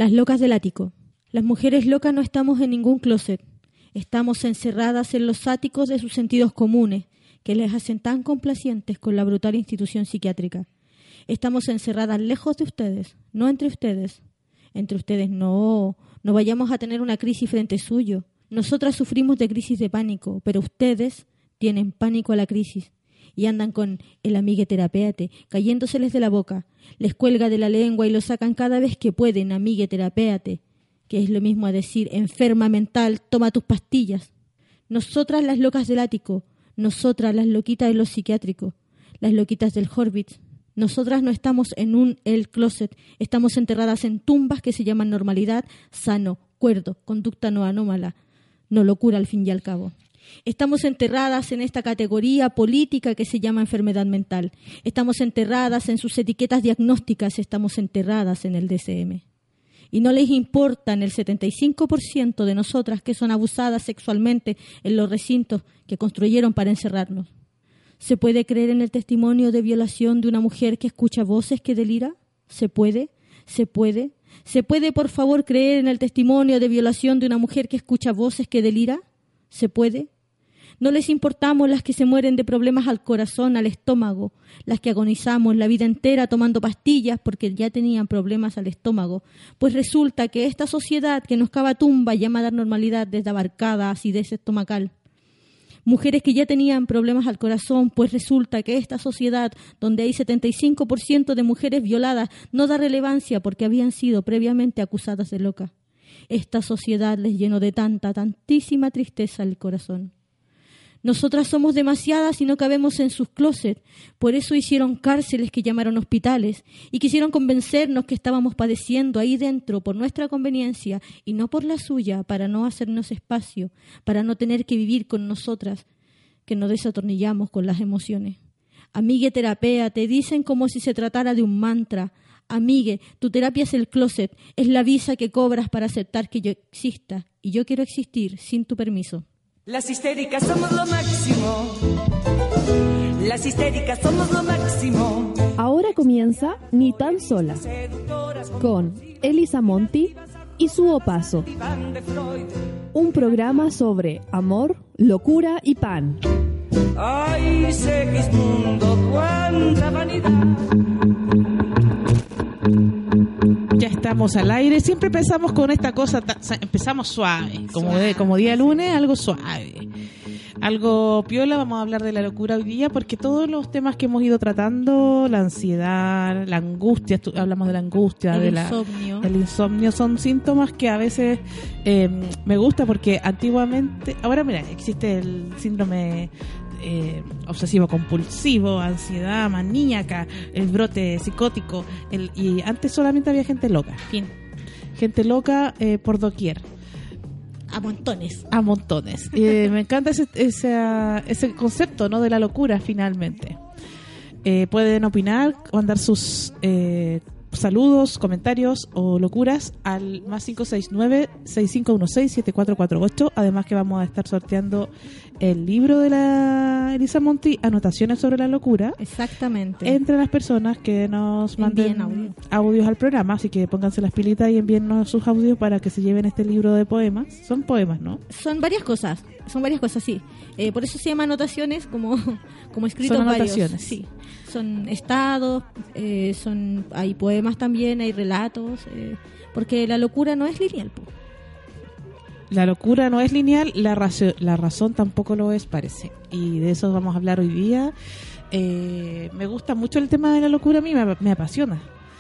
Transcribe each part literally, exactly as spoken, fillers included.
Las locas del ático. Las mujeres locas no estamos en ningún closet. Estamos encerradas en los áticos de sus sentidos comunes, que les hacen tan complacientes con la brutal institución psiquiátrica. Estamos encerradas lejos de ustedes, no entre ustedes. Entre ustedes no, no vayamos a tener una crisis frente suyo. Nosotras sufrimos de crisis de pánico, pero ustedes tienen pánico a la crisis y andan con el amigue terapéate, cayéndoseles de la boca. Les cuelga de la lengua y lo sacan cada vez que pueden, amigue terapéate, que es lo mismo a decir enferma mental, toma tus pastillas. Nosotras las locas del ático, nosotras las loquitas de los psiquiátricos, las loquitas del Horvitz. Nosotras no estamos en un el closet, estamos enterradas en tumbas que se llaman normalidad, sano, cuerdo, conducta no anómala, no locura al fin y al cabo. Estamos enterradas en esta categoría política que se llama enfermedad mental. Estamos enterradas en sus etiquetas diagnósticas, estamos enterradas en el D S M. Y no les importan el setenta y cinco por ciento de nosotras que son abusadas sexualmente en los recintos que construyeron para encerrarnos. ¿Se puede creer en el testimonio de violación de una mujer que escucha voces que delira? ¿Se puede? ¿Se puede? ¿Se puede, por favor, creer en el testimonio de violación de una mujer que escucha voces que delira? ¿Se puede? No les importamos las que se mueren de problemas al corazón, al estómago, las que agonizamos la vida entera tomando pastillas porque ya tenían problemas al estómago. Pues resulta que esta sociedad que nos cava tumba llamada normalidad desde abarcada acidez estomacal. Mujeres que ya tenían problemas al corazón, pues resulta que esta sociedad, donde hay setenta y cinco por ciento de mujeres violadas, no da relevancia porque habían sido previamente acusadas de loca. Esta sociedad les llenó de tanta, tantísima tristeza el corazón. Nosotras somos demasiadas y no cabemos en sus closets, por eso hicieron cárceles que llamaron hospitales y quisieron convencernos que estábamos padeciendo ahí dentro por nuestra conveniencia y no por la suya, para no hacernos espacio, para no tener que vivir con nosotras, que nos desatornillamos con las emociones. Amigue terapea, te dicen como si se tratara de un mantra. Amigue, tu terapia es el closet, es la visa que cobras para aceptar que yo exista y yo quiero existir sin tu permiso. Las histéricas somos lo máximo. Las histéricas somos lo máximo. Ahora comienza Ni tan sola con Elisa Monti y su Opaso. Un programa sobre amor, locura y pan. Ay, Segismundo, cuánta vanidad. Ya estamos al aire. Siempre empezamos con esta cosa, ta- empezamos suave, como, de, como día lunes, algo suave, algo piola. Vamos a hablar de la locura hoy día porque todos los temas que hemos ido tratando, la ansiedad, la angustia, estu- hablamos de la angustia, el de la, insomnio. el insomnio, son síntomas que a veces eh, me gusta porque antiguamente, ahora mira, existe el síndrome Eh, obsesivo compulsivo, ansiedad maníaca, el brote psicótico, el, y antes solamente había gente loca, fin. Gente loca eh, por doquier, A montones. a montones. Eh, me encanta ese, ese, ese concepto, ¿no?, de la locura finalmente. Eh, pueden opinar, mandar sus eh, saludos, comentarios o locuras al más cinco seis nueve, seis cinco uno seis, siete cuatro cuatro ocho. Además que vamos a estar sorteando el libro de la Elisa Monti, Anotaciones sobre la locura. Exactamente. Entre las personas que nos manden audio. audios al programa, así que pónganse las pilitas y envíennos sus audios para que se lleven este libro de poemas. Son poemas, ¿no? Son varias cosas, son varias cosas, sí. Eh, por eso se llama anotaciones, como, como escritos Son varios. anotaciones. Sí. Son estados, eh, son hay poemas también, hay relatos, eh, porque la locura no es lineal, po. La locura no es lineal, la, racio- la razón tampoco lo es, parece. Y de eso vamos a hablar hoy día. Eh, me gusta mucho el tema de la locura, a mí me, me apasiona.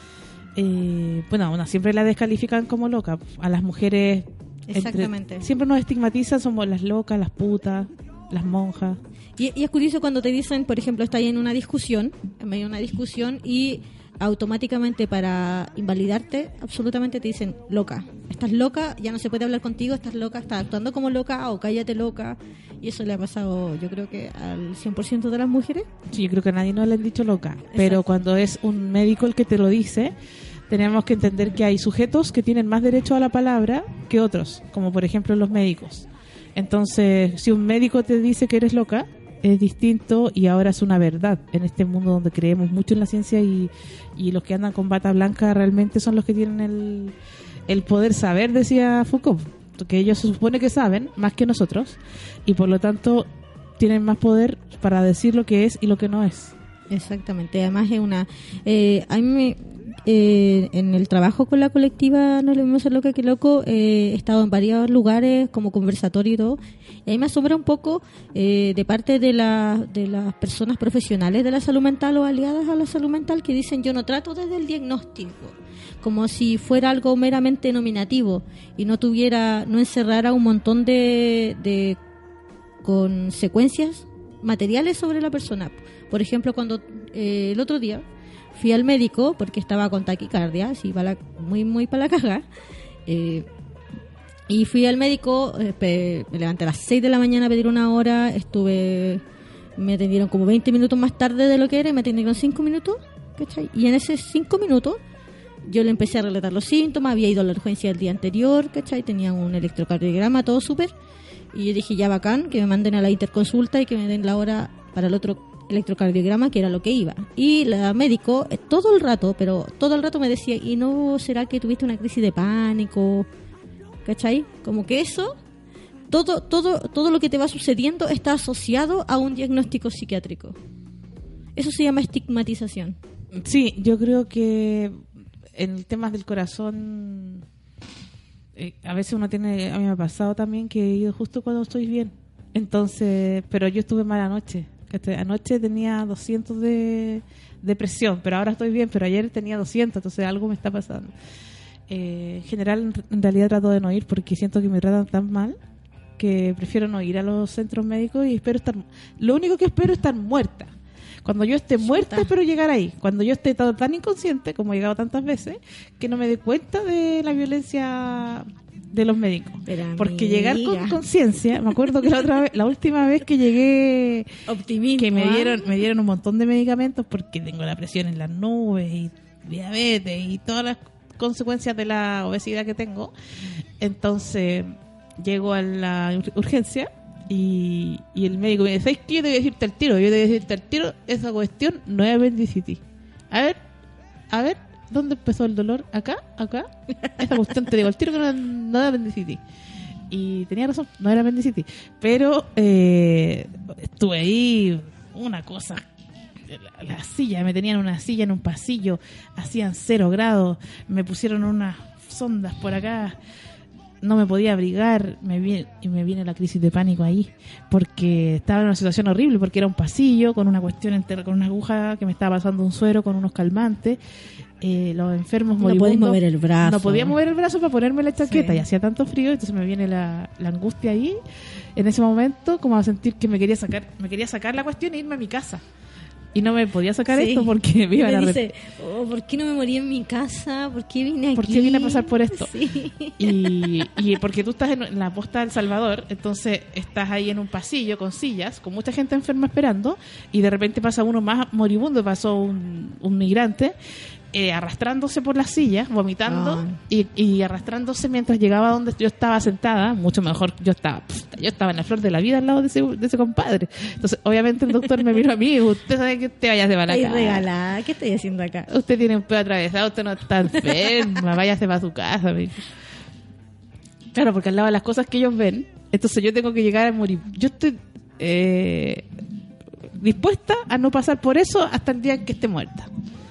Eh, bueno, bueno, siempre la descalifican como loca. A las mujeres... Exactamente. Entre, siempre nos estigmatizan, somos las locas, las putas, las monjas. Y, y es curioso cuando te dicen, por ejemplo, estás en una discusión, en medio de una discusión, y automáticamente para invalidarte, absolutamente te dicen loca. Estás loca, ya no se puede hablar contigo, estás loca, estás actuando como loca o cállate loca. Y eso le ha pasado, yo creo que al cien por ciento de las mujeres. Sí, yo creo que a nadie no le han dicho loca. Pero Exacto. cuando es un médico el que te lo dice, tenemos que entender que hay sujetos que tienen más derecho a la palabra que otros, como por ejemplo los médicos. Entonces, si un médico te dice que eres loca, es distinto y ahora es una verdad en este mundo donde creemos mucho en la ciencia y, y los que andan con bata blanca realmente son los que tienen el, el poder saber, decía Foucault, que ellos se supone que saben más que nosotros y por lo tanto tienen más poder para decir lo que es y lo que no es. Exactamente, además es una... Eh, a mí me, eh, en el trabajo con la colectiva No le vamos a ser loca que loco, eh, he estado en varios lugares como conversatorio y todo, y ahí me asombra un poco eh, de parte de, la, de las personas profesionales de la salud mental o aliadas a la salud mental que dicen yo no trato desde el diagnóstico, como si fuera algo meramente nominativo y no tuviera, no encerrara un montón de, de consecuencias materiales sobre la persona. Por ejemplo, cuando eh, el otro día fui al médico porque estaba con taquicardia, así para la, muy muy para la caga, eh, y fui al médico, eh, me levanté a las seis de la mañana a pedir una hora, estuve, me atendieron como veinte minutos más tarde de lo que era y me atendieron cinco minutos, ¿cachai? Y en esos cinco minutos yo le empecé a relatar los síntomas, había ido a la urgencia el día anterior, ¿cachai? Tenía un electrocardiograma, todo súper, y yo dije ya bacán, que me manden a la interconsulta y que me den la hora para el otro electrocardiograma, que era lo que iba. Y la médico eh, todo el rato, pero todo el rato me decía, ¿y no será que tuviste una crisis de pánico? ¿Cachai? Como que eso, todo, todo, todo lo que te va sucediendo está asociado a un diagnóstico psiquiátrico. Eso se llama estigmatización. Sí, yo creo que en el tema del corazón, eh, a veces uno tiene, a mí me ha pasado también que he ido justo cuando estoy bien. Entonces, pero yo estuve mal anoche. Anoche tenía doscientos de, de presión, pero ahora estoy bien, pero ayer tenía doscientos, entonces algo me está pasando. Eh, en general, en realidad trato de no ir porque siento que me tratan tan mal que prefiero no ir a los centros médicos y espero estar... Lo único que espero es estar muerta. Cuando yo esté muerta, Chuta. espero llegar ahí. Cuando yo esté tan, tan inconsciente, como he llegado tantas veces, que no me dé cuenta de la violencia de los médicos. Pero porque amiga. Llegar con conciencia, me acuerdo que la otra vez, la última vez que llegué, optimismo, que me dieron, me dieron un montón de medicamentos porque tengo la presión en las nubes y diabetes y todas las consecuencias de la obesidad que tengo. Entonces llego a la urgencia y, y el médico me dice, ¿sabes qué? Yo te voy a decirte al tiro, yo te voy a decirte al tiro, esa cuestión no es apendicitis. A ver, a ver, ¿dónde empezó el dolor? ¿Acá? ¿Acá? Esa cuestión te digo al tiro que no, no era apendicitis. Y tenía razón, no era apendicitis. Pero eh, estuve ahí, una cosa, la, la silla, me tenían una silla en un pasillo, hacían cero grados, me pusieron unas sondas por acá, no me podía abrigar, me viene, y me viene la crisis de pánico ahí, porque estaba en una situación horrible, porque era un pasillo con una cuestión entera, con una aguja que me estaba pasando un suero, con unos calmantes. Eh, los enfermos no podía mover el brazo no podía mover el brazo para ponerme la chaqueta, sí. Y hacía tanto frío, entonces me viene la, la angustia ahí en ese momento, como a sentir que me quería sacar me quería sacar la cuestión e irme a mi casa y no me podía sacar sí. Esto porque me iban a dice, oh, ¿por qué no me morí en mi casa? ¿Por qué vine aquí? ¿Por qué vine a pasar por esto? Sí. Y, y porque tú estás en, en la posta del Salvador, entonces estás ahí en un pasillo con sillas, con mucha gente enferma esperando, y de repente pasa uno más moribundo, pasó un, un migrante, Eh, arrastrándose por las sillas, vomitando ah. y, y arrastrándose mientras llegaba donde yo estaba sentada, mucho mejor yo estaba pff, yo estaba en la flor de la vida al lado de ese, de ese compadre. Entonces obviamente el doctor me miró a mí, usted sabe que te vayas de para acá. Regalada, ¿qué estoy haciendo acá? Usted tiene un pedo atravesado, usted no está enferma, váyase para su casa. Me... Claro, porque al lado de las cosas que ellos ven, entonces yo tengo que llegar a morir. Yo estoy eh, dispuesta a no pasar por eso hasta el día en que esté muerta.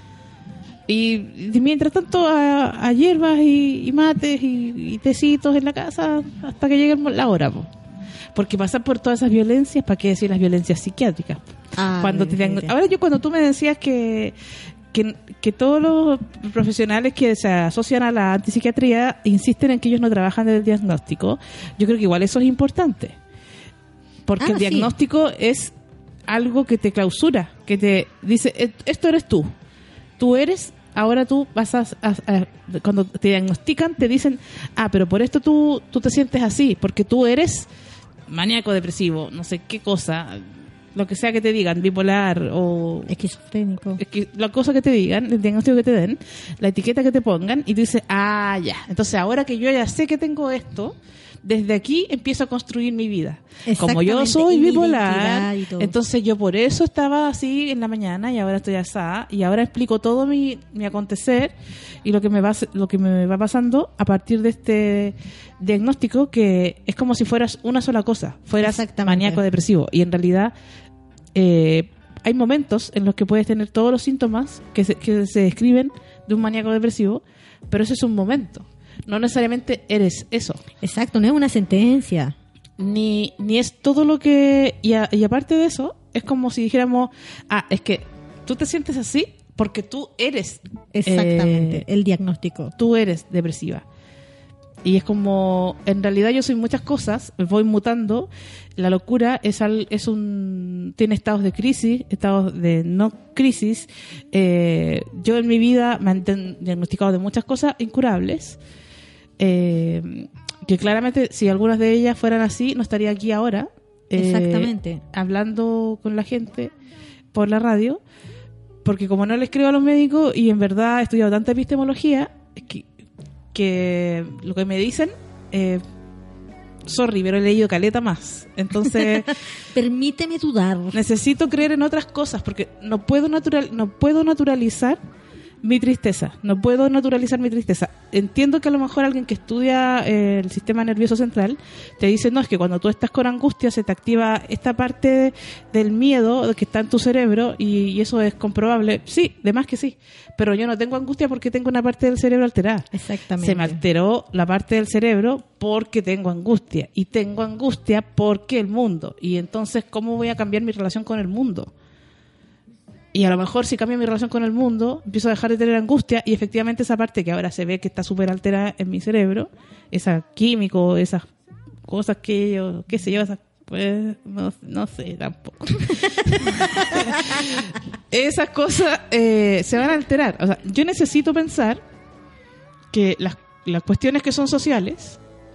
Y, y mientras tanto a, a hierbas y, y mates y, y tecitos en la casa hasta que llegue la hora, po. Porque pasar por todas esas violencias, ¿para qué decir las violencias psiquiátricas? Ah, cuando te digan, ahora yo cuando tú me decías que, que que todos los profesionales que se asocian a la antipsiquiatría insisten en que ellos no trabajan en el diagnóstico, yo creo que igual eso es importante, porque ah, el diagnóstico sí. Es algo que te clausura, que te dice, esto eres tú, tú eres. Ahora tú vas a, a, a... Cuando te diagnostican, te dicen, ah, pero por esto tú, tú te sientes así, porque tú eres maníaco depresivo, no sé qué cosa, lo que sea que te digan, bipolar o... esquizofrénico. La cosa que te digan, el diagnóstico que te den, la etiqueta que te pongan, y tú dices, ah, ya. Entonces ahora que yo ya sé que tengo esto, desde aquí empiezo a construir mi vida. Como yo soy bipolar, entonces yo por eso estaba así en la mañana y ahora estoy así, y ahora explico todo mi, mi acontecer y lo que me va lo que me va pasando a partir de este diagnóstico, que es como si fueras una sola cosa, fueras maníaco depresivo, y en realidad eh, hay momentos en los que puedes tener todos los síntomas que se, que se describen de un maníaco depresivo, pero ese es un momento. No necesariamente eres eso. Exacto, no es una sentencia. Ni, ni es todo lo que... Y, a, y aparte de eso, es como si dijéramos, ah, es que tú te sientes así porque tú eres... Exactamente, eh, el diagnóstico. Tú eres depresiva. Y es como, en realidad yo soy muchas cosas, voy mutando. La locura es al, es un tiene estados de crisis, estados de no crisis. Eh, yo en mi vida me han diagnosticado de muchas cosas incurables, eh, que claramente si algunas de ellas fueran así no estaría aquí ahora. Eh, Exactamente. Hablando con la gente por la radio, porque como no les creo a los médicos y en verdad he estudiado tanta epistemología, que que lo que me dicen, eh, sorry, pero he leído caleta más. Entonces, permíteme dudar. Necesito creer en otras cosas porque no puedo natural, no puedo naturalizar mi tristeza. No puedo naturalizar mi tristeza. Entiendo que a lo mejor alguien que estudia eh, el sistema nervioso central te dice, no, es que cuando tú estás con angustia se te activa esta parte del miedo que está en tu cerebro y, y eso es comprobable. Sí, de más que sí. Pero yo no tengo angustia porque tengo una parte del cerebro alterada. Exactamente. Se me alteró la parte del cerebro porque tengo angustia. Y tengo angustia porque el mundo. Y entonces, ¿cómo voy a cambiar mi relación con el mundo? Y a lo mejor si cambio mi relación con el mundo, empiezo a dejar de tener angustia y efectivamente esa parte que ahora se ve que está súper alterada en mi cerebro, esa químico, esas cosas que yo, qué sé yo, esas, pues, no, no sé tampoco. Esas cosas eh, se van a alterar. O sea, yo necesito pensar que las, las cuestiones que son sociales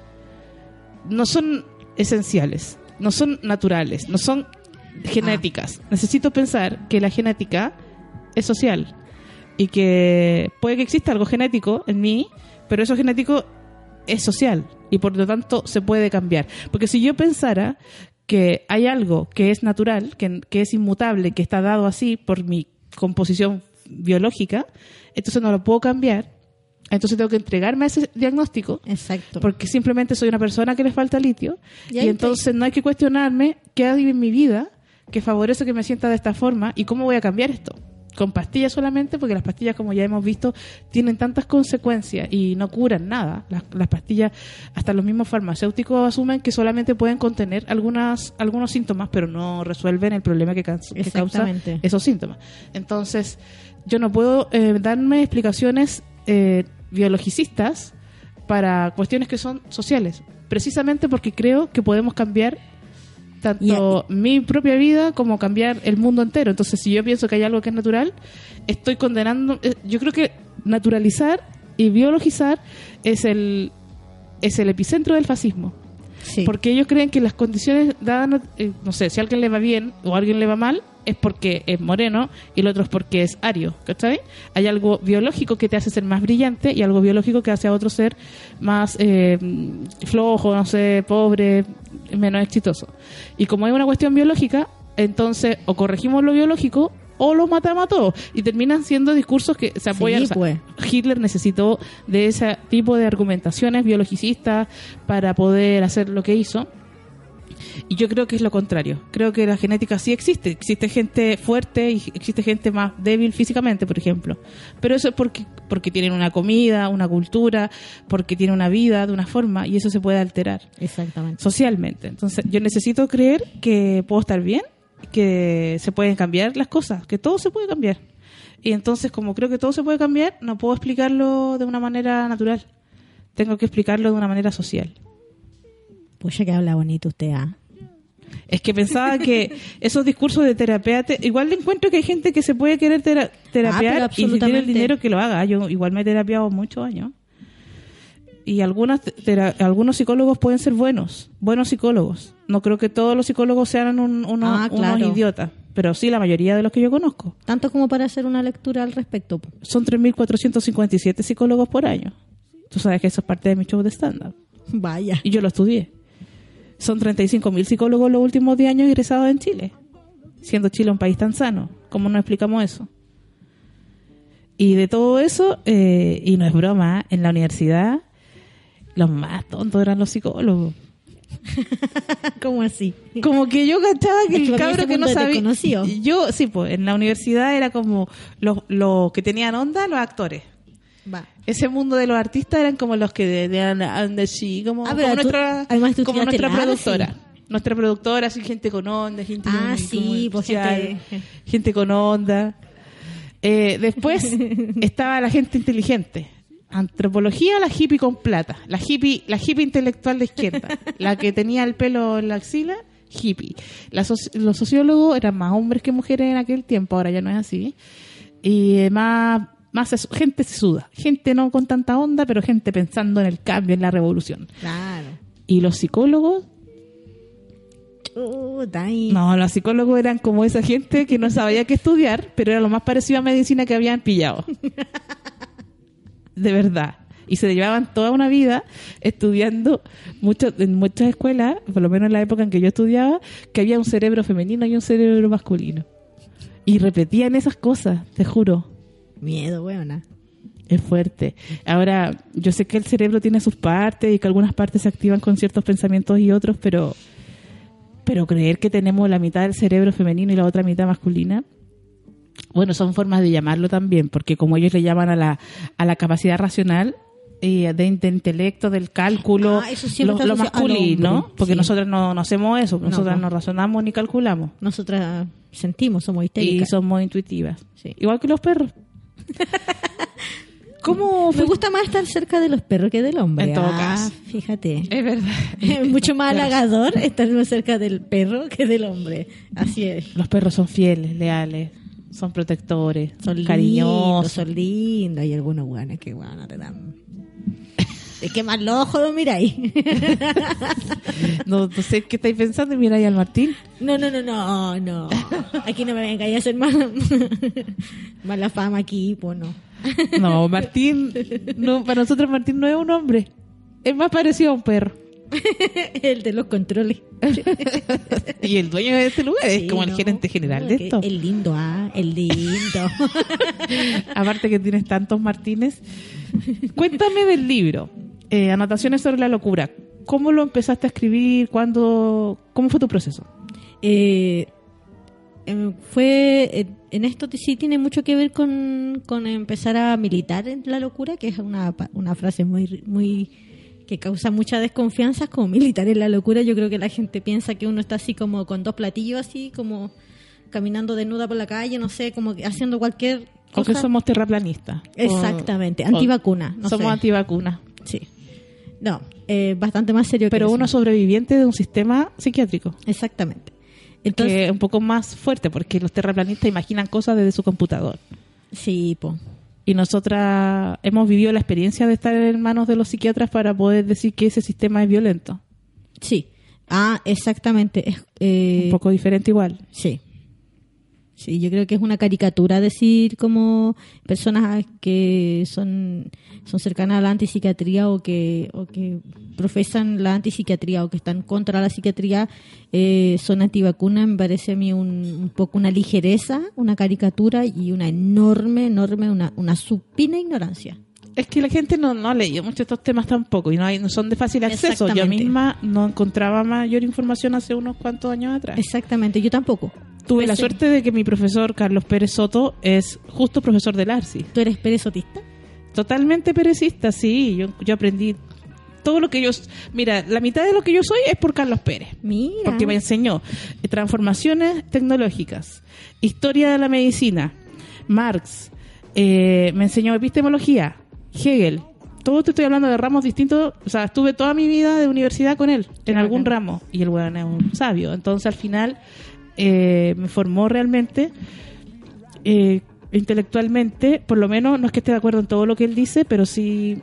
no son esenciales, no son naturales, no son genéticas. Ah. Necesito pensar que la genética es social y que puede que exista algo genético en mí, pero eso genético es social y por lo tanto se puede cambiar. Porque si yo pensara que hay algo que es natural, que, que es inmutable, que está dado así por mi composición biológica, entonces no lo puedo cambiar. Entonces tengo que entregarme a ese diagnóstico. Exacto. Porque simplemente soy una persona que le falta litio y, y entonces te... no hay que cuestionarme qué hay en mi vida que favorece que me sienta de esta forma y cómo voy a cambiar esto. Con pastillas solamente, porque las pastillas, como ya hemos visto, tienen tantas consecuencias y no curan nada. Las, las pastillas, hasta los mismos farmacéuticos asumen que solamente pueden contener algunas algunos síntomas, pero no resuelven el problema que, ca- que causa esos síntomas. Entonces, yo no puedo eh, darme explicaciones eh, biologicistas para cuestiones que son sociales, precisamente porque creo que podemos cambiar tanto yeah. mi propia vida como cambiar el mundo entero. Entonces, si yo pienso que hay algo que es natural, estoy condenando. Eh, yo creo que naturalizar y biologizar es el es el epicentro del fascismo. Sí. Porque ellos creen que las condiciones dadas, eh, no sé, si a alguien le va bien o a alguien le va mal, es porque es moreno y el otro es porque es ario, ¿cachai? Hay algo biológico que te hace ser más brillante y algo biológico que hace a otro ser más eh, flojo, no sé, pobre, menos exitoso. Y como es una cuestión biológica, entonces o corregimos lo biológico o los matamos a todos. Y terminan siendo discursos que se apoyan. Sí, pues. O sea, Hitler necesitó de ese tipo de argumentaciones biologicistas para poder hacer lo que hizo. Y yo creo que es lo contrario. Creo que la genética sí existe. Existe gente fuerte y existe gente más débil físicamente, por ejemplo. Pero eso es porque, porque tienen una comida, una cultura, porque tienen una vida de una forma y eso se puede alterar. Exactamente. Socialmente. Entonces, yo necesito creer que puedo estar bien, que se pueden cambiar las cosas, que todo se puede cambiar. Y entonces, como creo que todo se puede cambiar, no puedo explicarlo de una manera natural. Tengo que explicarlo de una manera social. Pues ya que habla bonito usted, ¿ah? Es que pensaba que esos discursos de terapia, te, igual le encuentro que hay gente que se puede querer tera, terapiar ah, y si tiene el dinero que lo haga. Yo igual me he terapiado muchos años. Y algunas tera, algunos psicólogos pueden ser buenos, buenos psicólogos. No creo que todos los psicólogos sean un, uno, ah, claro. unos idiotas, pero sí la mayoría de los que yo conozco. Tanto como para hacer una lectura al respecto. Son tres mil cuatrocientos cincuenta y siete psicólogos por año. Tú sabes que eso es parte de mi show de stand-up. Vaya. Y yo lo estudié. Son treinta y cinco mil psicólogos los últimos diez años egresados en Chile, siendo Chile un país tan sano. ¿Cómo nos explicamos eso? Y de todo eso, eh, y no es broma, en la universidad los más tontos eran los psicólogos. ¿Cómo así? Como que yo cachaba que Es el que cabro ese que no mundo es sabía. desconocido. Yo, sí, pues en la universidad era como los, los que tenían onda, los actores. Va. Ese mundo de los artistas eran como los que de, de, de, de sí, como, Ah, pero como tú- nuestra, además tú como estudiaste nuestra nada, productora. sí. Nuestra productora, así gente con onda, gente Ah, con, sí, como pues especial, gente- gente con onda. Eh, después estaba la gente inteligente. Antropología, la hippie con plata. La hippie, la hippie intelectual de izquierda. La que tenía el pelo en la axila, hippie. La soci- los sociólogos eran más hombres que mujeres en aquel tiempo, ahora ya no es así. Y eh, más, más sesu- gente sesuda. Gente no con tanta onda, pero gente pensando en el cambio, en la revolución. Claro. Y los psicólogos, Chuta, ahí. no, los psicólogos eran como esa gente que no sabía qué estudiar, pero era lo más parecido a medicina que habían pillado. De verdad. Y se llevaban toda una vida estudiando mucho, en muchas escuelas, por lo menos en la época en que yo estudiaba, que había un cerebro femenino y un cerebro masculino. Y repetían esas cosas, te juro. Miedo, weona. Es fuerte. Ahora, yo sé que el cerebro tiene sus partes y que algunas partes se activan con ciertos pensamientos y otros, pero, pero creer que tenemos la mitad del cerebro femenino y la otra mitad masculina, bueno, son formas de llamarlo también, porque como ellos le llaman a la, a la capacidad racional y de, de intelecto, del cálculo, Ah, eso siempre lo, está lo asociado al masculino, hombre, porque sí. nosotros no, no hacemos eso, No, nosotras no. no razonamos ni calculamos Nosotras sentimos, somos y histéricas. somos intuitivas, Sí. igual que los perros. ¿Cómo Me gusta más estar cerca de los perros que del hombre. En todo Ah, caso. fíjate. Es verdad. Es mucho más halagador estar más cerca del perro que del hombre. Así es. Los perros son fieles, leales, son protectores, Son cariñosos. lindos, son lindos. Hay algunos guanes que bueno, te dan... Te queman los ojos, lo miráis. No, no sé qué estáis pensando, mira ahí al Martín. No, no, no, no, no. Aquí no me vengáis a hacer mala, mala fama aquí, pues no. No, Martín, no, para nosotros Martín no es un hombre, es más parecido a un perro. El de los controles. Y el dueño de este lugar es Sí, como el no. gerente general No, de que esto. El lindo, ah, el lindo. Aparte que tienes tantos Martínez. Cuéntame del libro, eh, Anotaciones sobre la locura. ¿Cómo lo empezaste a escribir? ¿Cuándo? ¿Cómo fue tu proceso? Eh, em, fue eh, en esto sí tiene mucho que ver con, con empezar a militar en la locura, que es una, pa- una frase muy muy que causa mucha desconfianza, como militar en la locura. Yo creo que la gente piensa que uno está así como con dos platillos, así como caminando desnuda por la calle, no sé, como que haciendo cualquier O que cosa. somos terraplanistas. Exactamente, O- antivacuna, no somos sé. antivacunas. Sí. No, eh, bastante más serio Pero que uno eso. sobreviviente de un sistema psiquiátrico. Exactamente. Entonces, Que es un poco más fuerte, porque los terraplanistas imaginan cosas desde su computador. sí, po. Y nosotras hemos vivido la experiencia de estar en manos de los psiquiatras para poder decir que ese sistema es violento. Sí. Ah, exactamente. Es, eh, Un poco diferente igual. Sí. Sí, yo creo que es una caricatura decir como personas que son, son cercanas a la antipsiquiatría o que, o que profesan la antipsiquiatría o que están contra la psiquiatría eh, son antivacunas. Me parece a mí un, un poco una ligereza, una caricatura y una enorme, enorme, una, una supina ignorancia. Es que la gente no, no ha leído mucho estos temas tampoco y no, hay, no son de fácil acceso. Yo Exactamente. misma no encontraba mayor información hace unos cuantos años atrás. Exactamente, yo tampoco. Tuve la Ese- suerte de que mi profesor Carlos Pérez Soto es justo profesor del ARSI. ¿Tú eres perezotista? Totalmente perecista, sí. Yo, yo aprendí todo lo que yo... Mira, la mitad de lo que yo soy es por Carlos Pérez. Mira. Porque me enseñó eh, transformaciones tecnológicas, historia de la medicina, Marx, eh, me enseñó epistemología, Hegel. Todo te estoy hablando de ramos distintos. O sea, estuve toda mi vida de universidad con él, Qué en algún bacán. ramo. Y el weón es un sabio. Entonces, al final, eh, me formó realmente... Eh, intelectualmente, por lo menos, no es que esté de acuerdo en todo lo que él dice, pero sí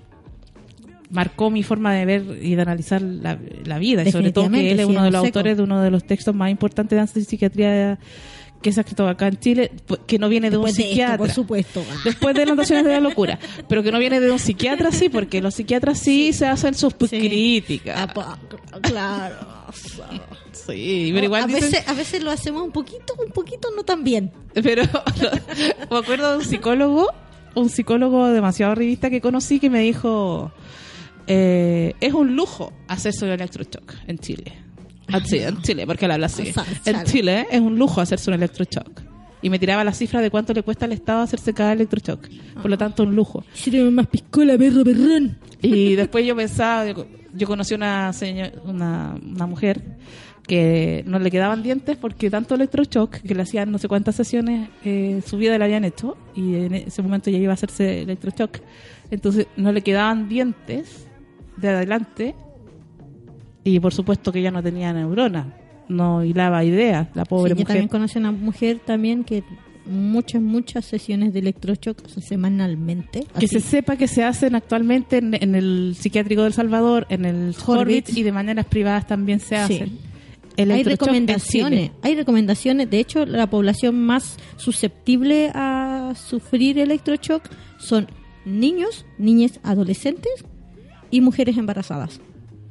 marcó mi forma de ver y de analizar la, la vida, y sobre todo que Definitivamente, él es sí, uno de es los un seco. autores de uno de los textos más importantes de antipsiquiatría que se ha escrito acá en Chile, que no viene de Después un de esto, psiquiatra. por supuesto. Después de Notaciones de la Locura. Pero que no viene de un psiquiatra, sí, porque los psiquiatras sí, sí. se hacen sus Sí. críticas. Ah, po- claro. Sí, pero igual a, dicen- veces, a veces lo hacemos un poquito, un poquito no tan bien. Pero me acuerdo de un psicólogo, un psicólogo demasiado revista que conocí que me dijo, eh, es un lujo hacerse un electroshock en Chile. Ah, sí, en Chile, porque él habla así. O sea, En chale. Chile es un lujo hacerse un electroshock. Y me tiraba la cifra de cuánto le cuesta al Estado hacerse cada electroshock. Por lo tanto, un lujo. Sirve más piscola, perro, perrón. Y después yo pensaba, yo, yo conocí una, señor, una una mujer que no le quedaban dientes porque tanto electroshock que le hacían no sé cuántas sesiones eh, su vida le habían hecho y en ese momento ya iba a hacerse electroshock, entonces no le quedaban dientes de adelante y por supuesto que ella no tenía neuronas, no hilaba ideas, la pobre Sí, yo mujer. también conocí a una mujer también que muchas, muchas sesiones de electroshock semanalmente. Que así. se sepa que se hacen actualmente en, en el psiquiátrico del Salvador, en el Horvitz. Horvitz y de maneras privadas también se Sí. hacen. Hay Electroshock en recomendaciones, Chile. hay recomendaciones. De hecho, la población más susceptible a sufrir electroshock son niños, niñas, adolescentes y mujeres embarazadas.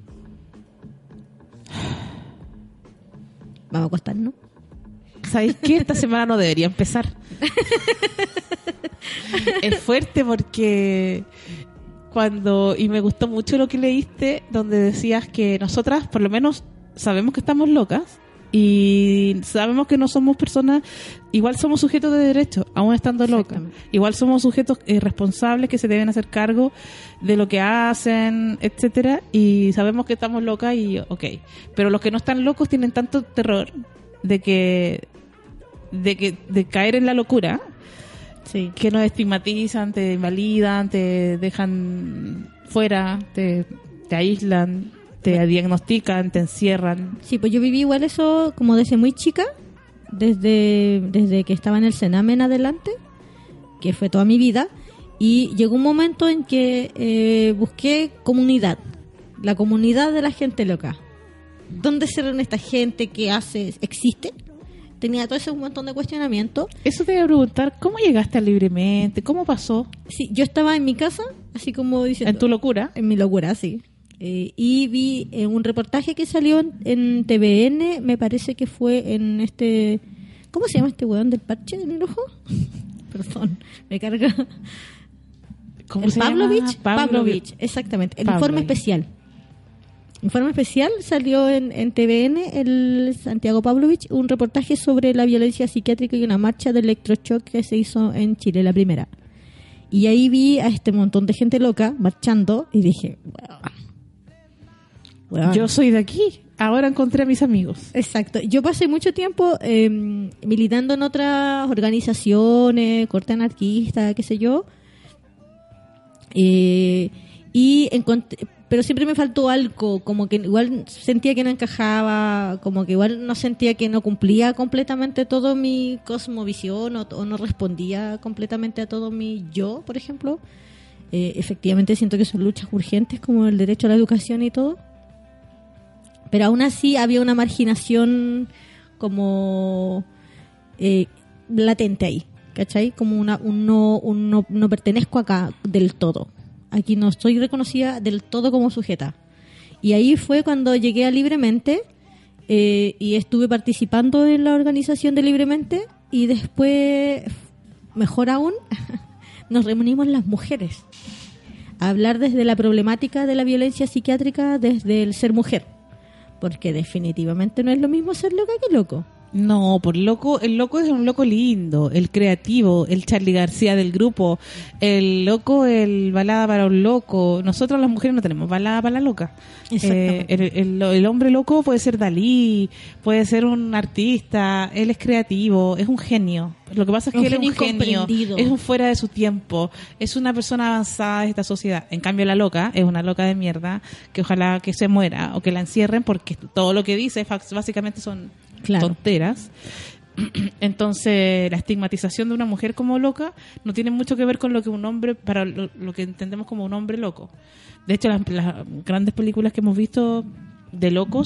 Vamos a acostarnos. ¿Sabéis qué? Esta semana no debería empezar. Es fuerte porque cuando, y me gustó mucho lo que leíste, donde decías que nosotras, por lo menos, sabemos que estamos locas y sabemos que no somos personas, igual somos sujetos de derecho, aún estando locas. Exactamente. Igual somos sujetos eh, responsables que se deben hacer cargo de lo que hacen, etcétera, y sabemos que estamos locas y ok. Pero los que no están locos tienen tanto terror de que de que de caer en la locura Sí. que nos estigmatizan, te invalidan, te dejan fuera, te, te aíslan, te diagnostican, te encierran. Sí, pues yo viví igual eso como desde muy chica, desde, desde que estaba en el Sename en adelante, que fue toda mi vida, y llegó un momento en que eh, busqué comunidad, la comunidad de la gente loca. ¿Dónde se reúne esta gente? ¿Qué hace? ¿Existe? Tenía todo ese un montón de cuestionamientos. Eso te iba a preguntar, ¿cómo llegaste a Libremente? ¿Cómo pasó? Sí, yo estaba en mi casa, así como diciendo... En tu locura. En mi locura, sí. Eh, y vi eh, un reportaje que salió en, en T V N, me parece que fue en este... ¿Cómo se llama este weón del parche en el ojo? Perdón, me carga. ¿Cómo El se Pavlovich, llama? Pavlovich, exactamente. El Pavlovich. informe especial. Informe especial salió en, en T V N, el Santiago Pavlovich, un reportaje sobre la violencia psiquiátrica y una marcha de electroshock que se hizo en Chile, la primera. Y ahí vi a este montón de gente loca marchando y dije, wow. Bueno, Yo soy de aquí. Ahora encontré a mis amigos. exacto. Yo pasé mucho tiempo eh, militando en otras organizaciones, corte anarquista, qué sé yo. Eh, y encontré, pero siempre me faltó algo, como que igual sentía que no encajaba, como que igual no sentía que no cumplía completamente todo mi cosmovisión o, o no respondía completamente a todo mi yo, por ejemplo. Eh, efectivamente siento que son luchas urgentes como el derecho a la educación y todo. Pero aún así había una marginación como eh, latente ahí, ¿cachai? Como una, un, no, un no, no pertenezco acá del todo. Aquí no estoy reconocida del todo como sujeta. Y ahí fue cuando llegué a Libremente eh, y estuve participando en la organización de Libremente y después, mejor aún, nos reunimos las mujeres a hablar desde la problemática de la violencia psiquiátrica desde el ser mujer. Porque definitivamente no es lo mismo ser loca que loco. No, por loco, el loco es un loco lindo, el creativo, el Charly García del grupo, el loco, el balada para un loco. Nosotros las mujeres no tenemos balada para la loca. Eh, el, el, el hombre loco puede ser Dalí, puede ser un artista, él es creativo, es un genio. Lo que pasa es que Un él es genio un genio, incomprendido. es un fuera de su tiempo, es una persona avanzada de esta sociedad. En cambio la loca es una loca de mierda que ojalá que se muera o que la encierren porque todo lo que dice básicamente son Claro. tonteras. Entonces la estigmatización de una mujer como loca no tiene mucho que ver con lo que un hombre, para lo, lo que entendemos como un hombre loco. De hecho las, las grandes películas que hemos visto de locos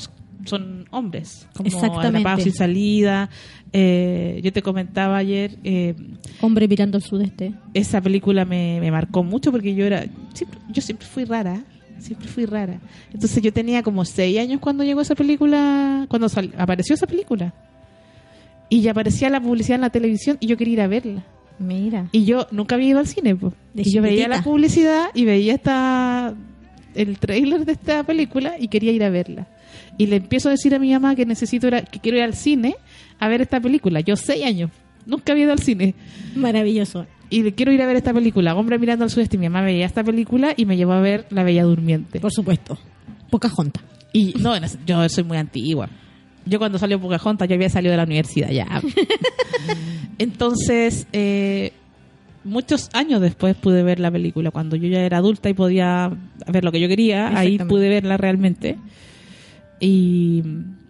son hombres, como Exactamente. Atrapados sin salida. Eh, yo te comentaba ayer, eh, Hombre mirando al sudeste. esa película me, me marcó mucho porque yo era siempre, yo siempre fui rara, siempre fui rara. Entonces yo tenía como seis años cuando llegó esa película, cuando sal, apareció esa película. Y ya aparecía la publicidad en la televisión y yo quería ir a verla. Mira. Y yo nunca había ido al cine, po. De Y yo veía chiquitita. la publicidad y veía esta el tráiler de esta película y quería ir a verla. Y le empiezo a decir a mi mamá que necesito ir a- que quiero ir al cine a ver esta película. Yo seis años, nunca había ido al cine. Maravilloso. Y le quiero ir a ver esta película, Hombre mirando al sudeste. Y mi mamá veía esta película y me llevó a ver La Bella Durmiente. Por supuesto. Pocahontas. Y no, en ese- yo soy muy antigua. Yo cuando salió Pocahontas yo había salido de la universidad ya. Entonces, eh, muchos años después pude ver la película. Cuando yo ya era adulta y podía ver lo que yo quería, ahí Exactamente. pude verla realmente. Y,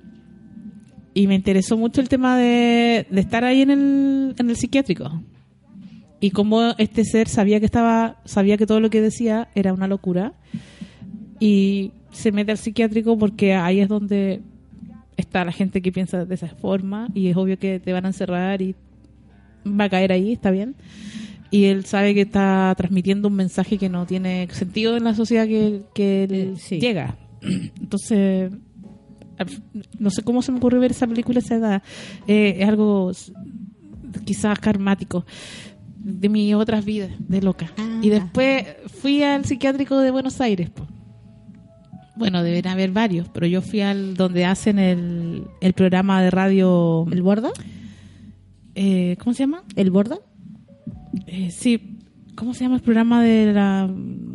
y me interesó mucho el tema de, de estar ahí en el, en el psiquiátrico. Y cómo este ser sabía que estaba, sabía que todo lo que decía era una locura. Y se mete al psiquiátrico porque ahí es donde está la gente que piensa de esa forma y es obvio que te van a encerrar y va a caer ahí, está bien. Y él sabe que está transmitiendo un mensaje que no tiene sentido en la sociedad que, que él Eh, sí. llega. Entonces, no sé cómo se me ocurrió ver esa película a esa edad. Eh, es algo s- quizás karmático de mis otras vidas, de loca. Ah. Y después fui al psiquiátrico de Buenos Aires, po. Bueno, deben haber varios, pero yo fui al donde hacen el, el programa de radio. ¿El Borda? Eh, ¿Cómo se llama? ¿El Borda? Eh, sí, ¿cómo se llama el programa de la,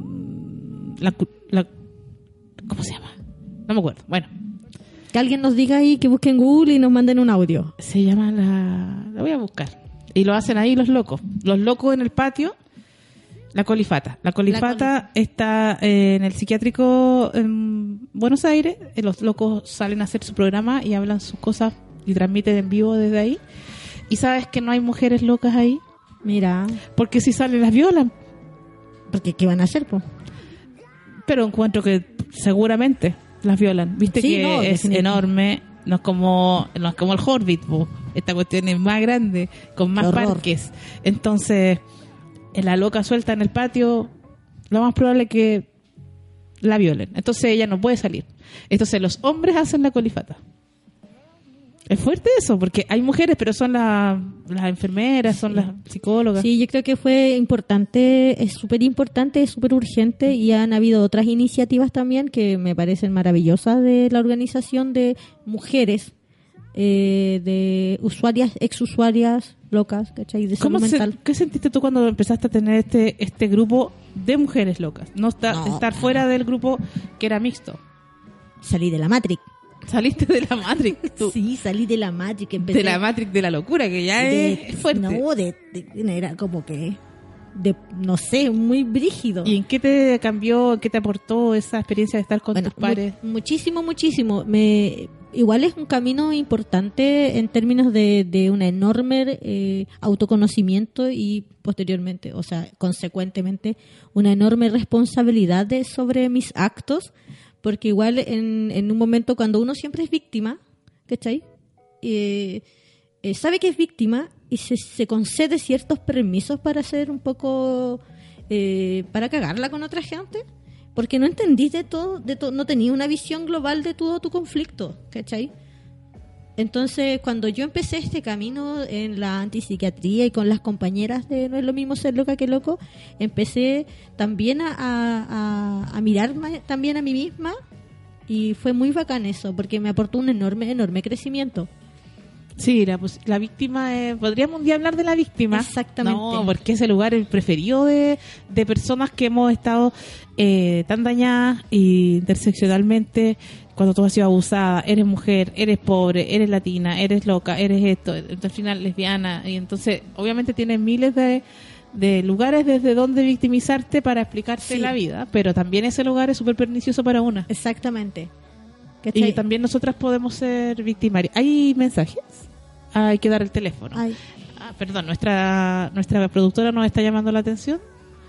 la, la- ¿cómo se llama? No me acuerdo. Bueno, Que alguien nos diga ahí, que busquen Google y nos manden un audio. se llama la... La voy a buscar. Y lo hacen ahí los locos. Los locos en el patio. La Colifata. La Colifata está eh, en el psiquiátrico en Buenos Aires. Eh, Los locos salen a hacer su programa y hablan sus cosas y transmiten en vivo desde ahí. Y sabes que no hay mujeres locas ahí. Mira, Porque si salen las violan. porque ¿qué van a hacer, po? Pero encuentro que seguramente las violan. Viste Sí, que no, es definitivamente. enorme. No es como, no es como el Horbit, po. Esta cuestión es más grande, con más Qué horror. parques. Entonces, en la loca suelta en el patio, lo más probable es que la violen. Entonces ella no puede salir. Entonces los hombres hacen la colifata. Es fuerte eso, porque hay mujeres, pero son la- las enfermeras, son las psicólogas. Sí, yo creo que fue importante, es súper importante, es súper urgente y han habido otras iniciativas también que me parecen maravillosas de la organización de mujeres, eh, de usuarias, exusuarias locas, ¿cachai? De ¿Cómo salud se- mental. ¿Qué sentiste tú cuando empezaste a tener este este grupo de mujeres locas? No, está, No. estar fuera del grupo que era mixto. Salí de la Matrix. Saliste de la Matrix, tú. Sí, salí de la Matrix. Empecé De la Matrix de la locura, que ya de- es fuerte. No, de, de- era como que, de, no sé, muy brígido. ¿Y en qué te cambió, en qué te aportó esa experiencia de estar con Bueno, tus pares? mu- muchísimo, muchísimo. Me, igual es un camino importante en términos de, de un enorme eh, autoconocimiento y posteriormente, o sea, consecuentemente, una enorme responsabilidad de- sobre mis actos, porque igual en, en un momento cuando uno siempre es víctima, ¿cachai? Eh, eh, sabe que es víctima y se, se concede ciertos permisos para hacer un poco, eh, para cagarla con otra gente, porque no entendís de todo, de to- no tenías una visión global de todo tu conflicto, ¿cachai? Entonces, cuando yo empecé este camino en la antipsiquiatría y con las compañeras de No es lo mismo ser loca que loco, empecé también a, a, a mirarme también a mí misma y fue muy bacán eso, porque me aportó un enorme, enorme crecimiento. Sí, la, pues, la víctima, eh, podríamos un día hablar de la víctima. Exactamente. No, porque es el lugar el preferido de, de personas que hemos estado eh, tan dañadas y interseccionalmente. Cuando tú has sido abusada, eres mujer, eres pobre, eres latina, eres loca, eres esto, entonces, al final lesbiana, y entonces obviamente tienes miles de, de lugares desde donde victimizarte para explicarte Sí. la vida, pero también ese lugar es súper pernicioso para una. Exactamente. Y ¿Cachai? también nosotras podemos ser victimarias. ¿Hay mensajes? Hay que dar el teléfono. Ay, Ah, perdón, nuestra nuestra productora nos está llamando la atención.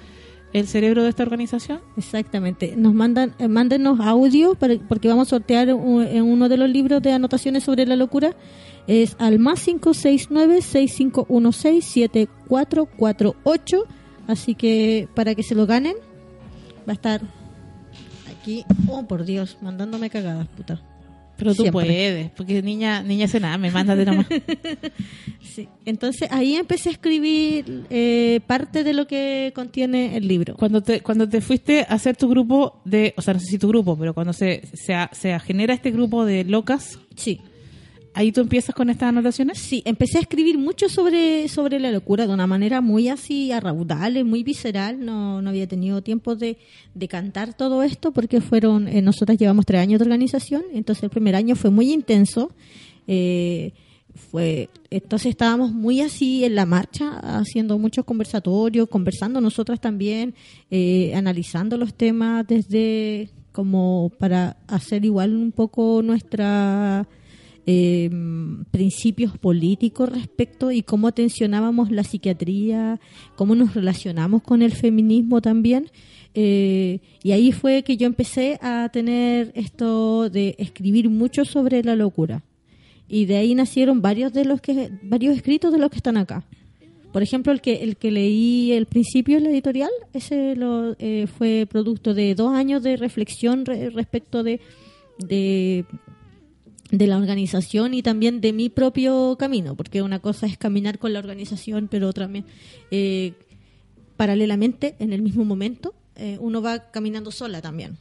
el cerebro de esta organización. Exactamente. Nos mandan, eh, mándenos audio para, porque vamos a sortear un, en uno de los libros de anotaciones sobre la locura. Es al más cinco seis nueve, seis cinco uno seis, siete cuatro cuatro ocho. Así que para que se lo ganen, va a estar aquí. Oh, por Dios, mandándome cagadas, puta. Pero tú Siempre. puedes, porque niña, niña sé nada, me mándate nomás. Sí. Entonces ahí empecé a escribir eh, parte de lo que contiene el libro. Cuando te cuando te fuiste a hacer tu grupo de, o sea, no sé si tu grupo, pero cuando se se, se genera este grupo de locas, Sí. ahí tú empiezas con estas anotaciones. Sí, empecé a escribir mucho sobre, sobre la locura de una manera muy así arraudal, muy visceral. No, no había tenido tiempo de, de cantar todo esto porque fueron, eh, nosotras llevamos tres años de organización, entonces el primer año fue muy intenso. Eh, fue entonces estábamos muy así en la marcha, haciendo muchos conversatorios, conversando nosotras también, eh, analizando los temas desde como para hacer igual un poco nuestra... Eh, principios políticos respecto y cómo tensionábamos la psiquiatría, cómo nos relacionamos con el feminismo también. Eh, y ahí fue que yo empecé a tener esto de escribir mucho sobre la locura. Y de ahí nacieron varios de los que varios escritos de los que están acá. Por ejemplo, el que el que leí al principio en la editorial, ese lo, eh, fue producto de dos años de reflexión re, respecto de... de de la organización y también de mi propio camino, porque una cosa es caminar con la organización, pero otra también eh, paralelamente, en el mismo momento, eh, uno va caminando sola también.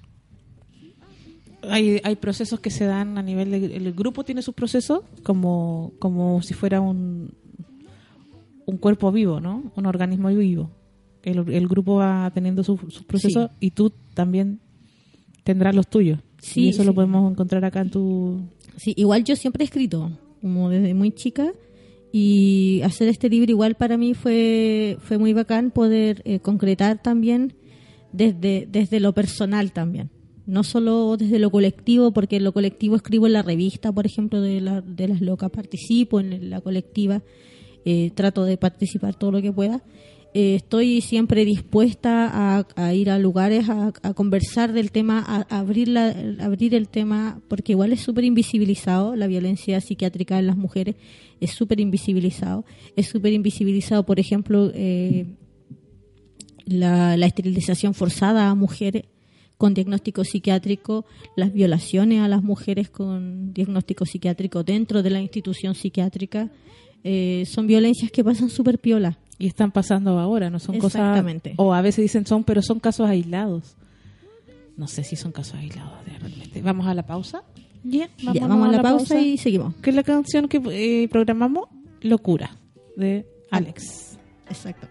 Hay, hay procesos que se dan a nivel de, el grupo tiene sus procesos como como si fuera un un cuerpo vivo, ¿no? Un organismo vivo. El, el grupo va teniendo sus, sus procesos, sí. Y tú también tendrás los tuyos. Sí, y eso sí. Lo podemos encontrar acá en tu... Sí, igual yo siempre he escrito, como desde muy chica, y hacer este libro igual para mí fue fue muy bacán poder eh, concretar también desde desde lo personal también, no solo desde lo colectivo, porque en lo colectivo escribo en la revista, por ejemplo, de, la, de las locas, participo en la colectiva, eh, trato de participar todo lo que pueda. Eh, estoy siempre dispuesta a, a ir a lugares a, a conversar del tema, a, a abrir, la, a abrir el tema, porque igual es súper invisibilizado, la violencia psiquiátrica en las mujeres es súper invisibilizado. Es súper invisibilizado, por ejemplo, eh, la, la esterilización forzada a mujeres con diagnóstico psiquiátrico, las violaciones a las mujeres con diagnóstico psiquiátrico dentro de la institución psiquiátrica. Eh, son violencias que pasan súper piola. Y están pasando ahora, no son cosas... O a veces dicen son, pero son casos aislados. No sé si son casos aislados realmente. ¿Vamos a la pausa? Yeah, vamos, ya, vamos a la, la pausa, pausa y seguimos. ¿Qué es la canción que eh, programamos? Locura, de Alex. Exacto.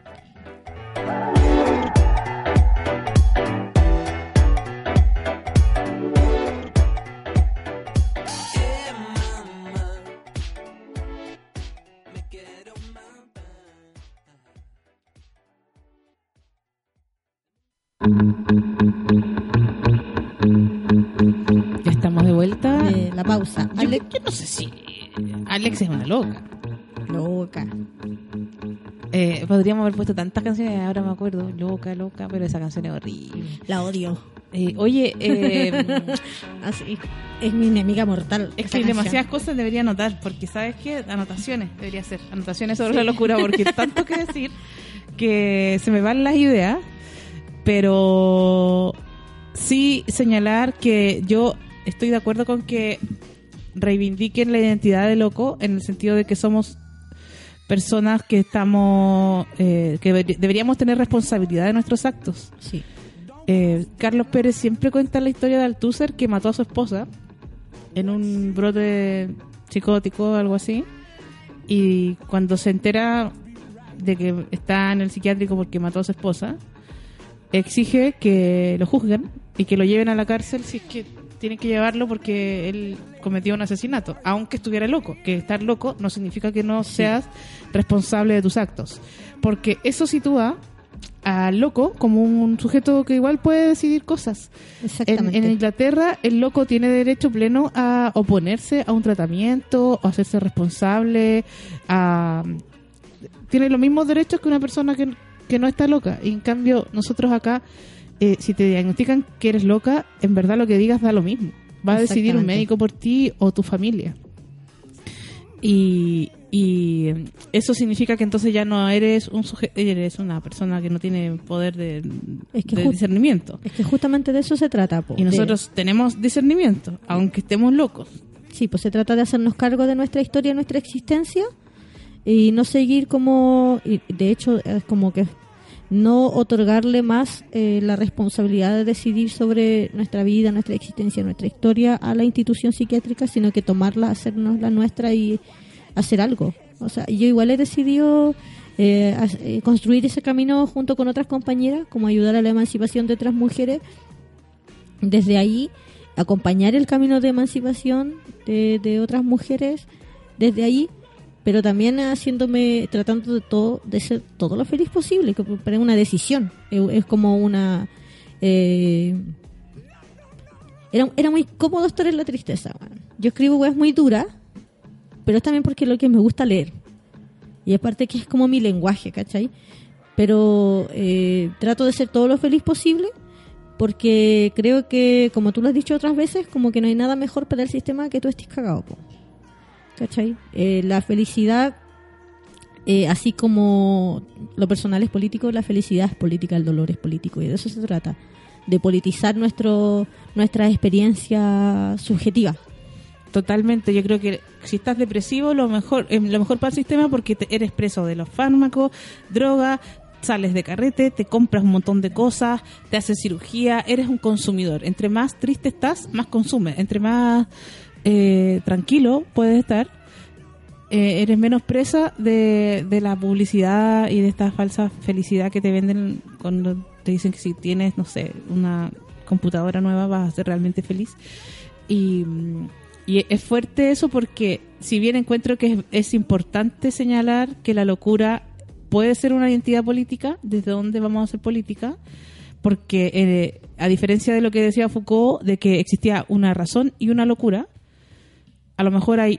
Ya estamos de vuelta. De la pausa. Yo, Alex, yo no sé si Alex es una loca. Loca. Eh, podríamos haber puesto tantas canciones, ahora me acuerdo. Loca, loca, pero esa canción es horrible. La odio. Eh, oye, eh, así es mi enemiga mortal. Es que demasiadas cosas debería anotar, porque ¿sabes qué? Anotaciones debería ser. Anotaciones sobre sí. La locura, porque tanto que decir que se me van las ideas. Pero sí señalar que yo estoy de acuerdo con que reivindiquen la identidad de loco, en el sentido de que somos personas que estamos eh, que deberíamos tener responsabilidad de nuestros actos. Sí. Eh, Carlos Pérez siempre cuenta la historia de Althusser, que mató a su esposa en un brote psicótico o algo así, y cuando se entera de que está en el psiquiátrico porque mató a su esposa, exige que lo juzguen y que lo lleven a la cárcel si es que tienen que llevarlo porque él cometió un asesinato, aunque estuviera loco. Que estar loco no significa que no sí. seas responsable de tus actos, porque eso sitúa al loco como un sujeto que igual puede decidir cosas. Exactamente. En, en Inglaterra el loco tiene derecho pleno a oponerse a un tratamiento o a hacerse responsable, a... tiene los mismos derechos que una persona que que no está loca. Y en cambio, nosotros acá, eh, si te diagnostican que eres loca, en verdad lo que digas da lo mismo. Va a decidir un médico por ti o tu familia. Y, y eso significa que entonces ya no eres un suje- eres una persona que no tiene poder de, es que de ju- discernimiento. Es que justamente de eso se trata, po, y nosotros de... tenemos discernimiento, aunque estemos locos. Sí, pues se trata de hacernos cargo de nuestra historia, nuestra existencia, y no seguir como, y de hecho es como que no otorgarle más eh, la responsabilidad de decidir sobre nuestra vida, nuestra existencia, nuestra historia a la institución psiquiátrica, sino que tomarla, hacernos la nuestra y hacer algo. O sea, yo igual he decidido eh, a, eh, construir ese camino junto con otras compañeras, como ayudar a la emancipación de otras mujeres. Desde ahí, acompañar el camino de emancipación de, de otras mujeres, desde ahí, pero también haciéndome, tratando de todo, de ser todo lo feliz posible, que es una decisión, es, es como una... Eh, era, era muy cómodo estar en la tristeza. Bueno. Yo escribo weas muy duras, pero es también porque es lo que me gusta leer. Y aparte que es como mi lenguaje, ¿cachai? Pero eh, trato de ser todo lo feliz posible, porque creo que, como tú lo has dicho otras veces, como que no hay nada mejor para el sistema que tú estés cagado, po. ¿Cachai? Eh, la felicidad, eh, así como lo personal es político, la felicidad es política, el dolor es político, y de eso se trata, de politizar nuestro nuestra experiencia subjetiva. Totalmente, yo creo que si estás depresivo, lo mejor eh, lo mejor para el sistema, porque te, eres preso de los fármacos, droga, sales de carrete, te compras un montón de cosas, te haces cirugía, eres un consumidor. Entre más triste estás, más consumes. Entre más eh, tranquilo puedes estar, eh, eres menos presa de, de la publicidad y de esta falsa felicidad que te venden cuando te dicen que si tienes, no sé, una computadora nueva vas a ser realmente feliz. Y, y es fuerte eso, porque si bien encuentro que es, es importante señalar que la locura puede ser una identidad política, desde dónde vamos a hacer política, porque eh, a diferencia de lo que decía Foucault, de que existía una razón y una locura, a lo mejor hay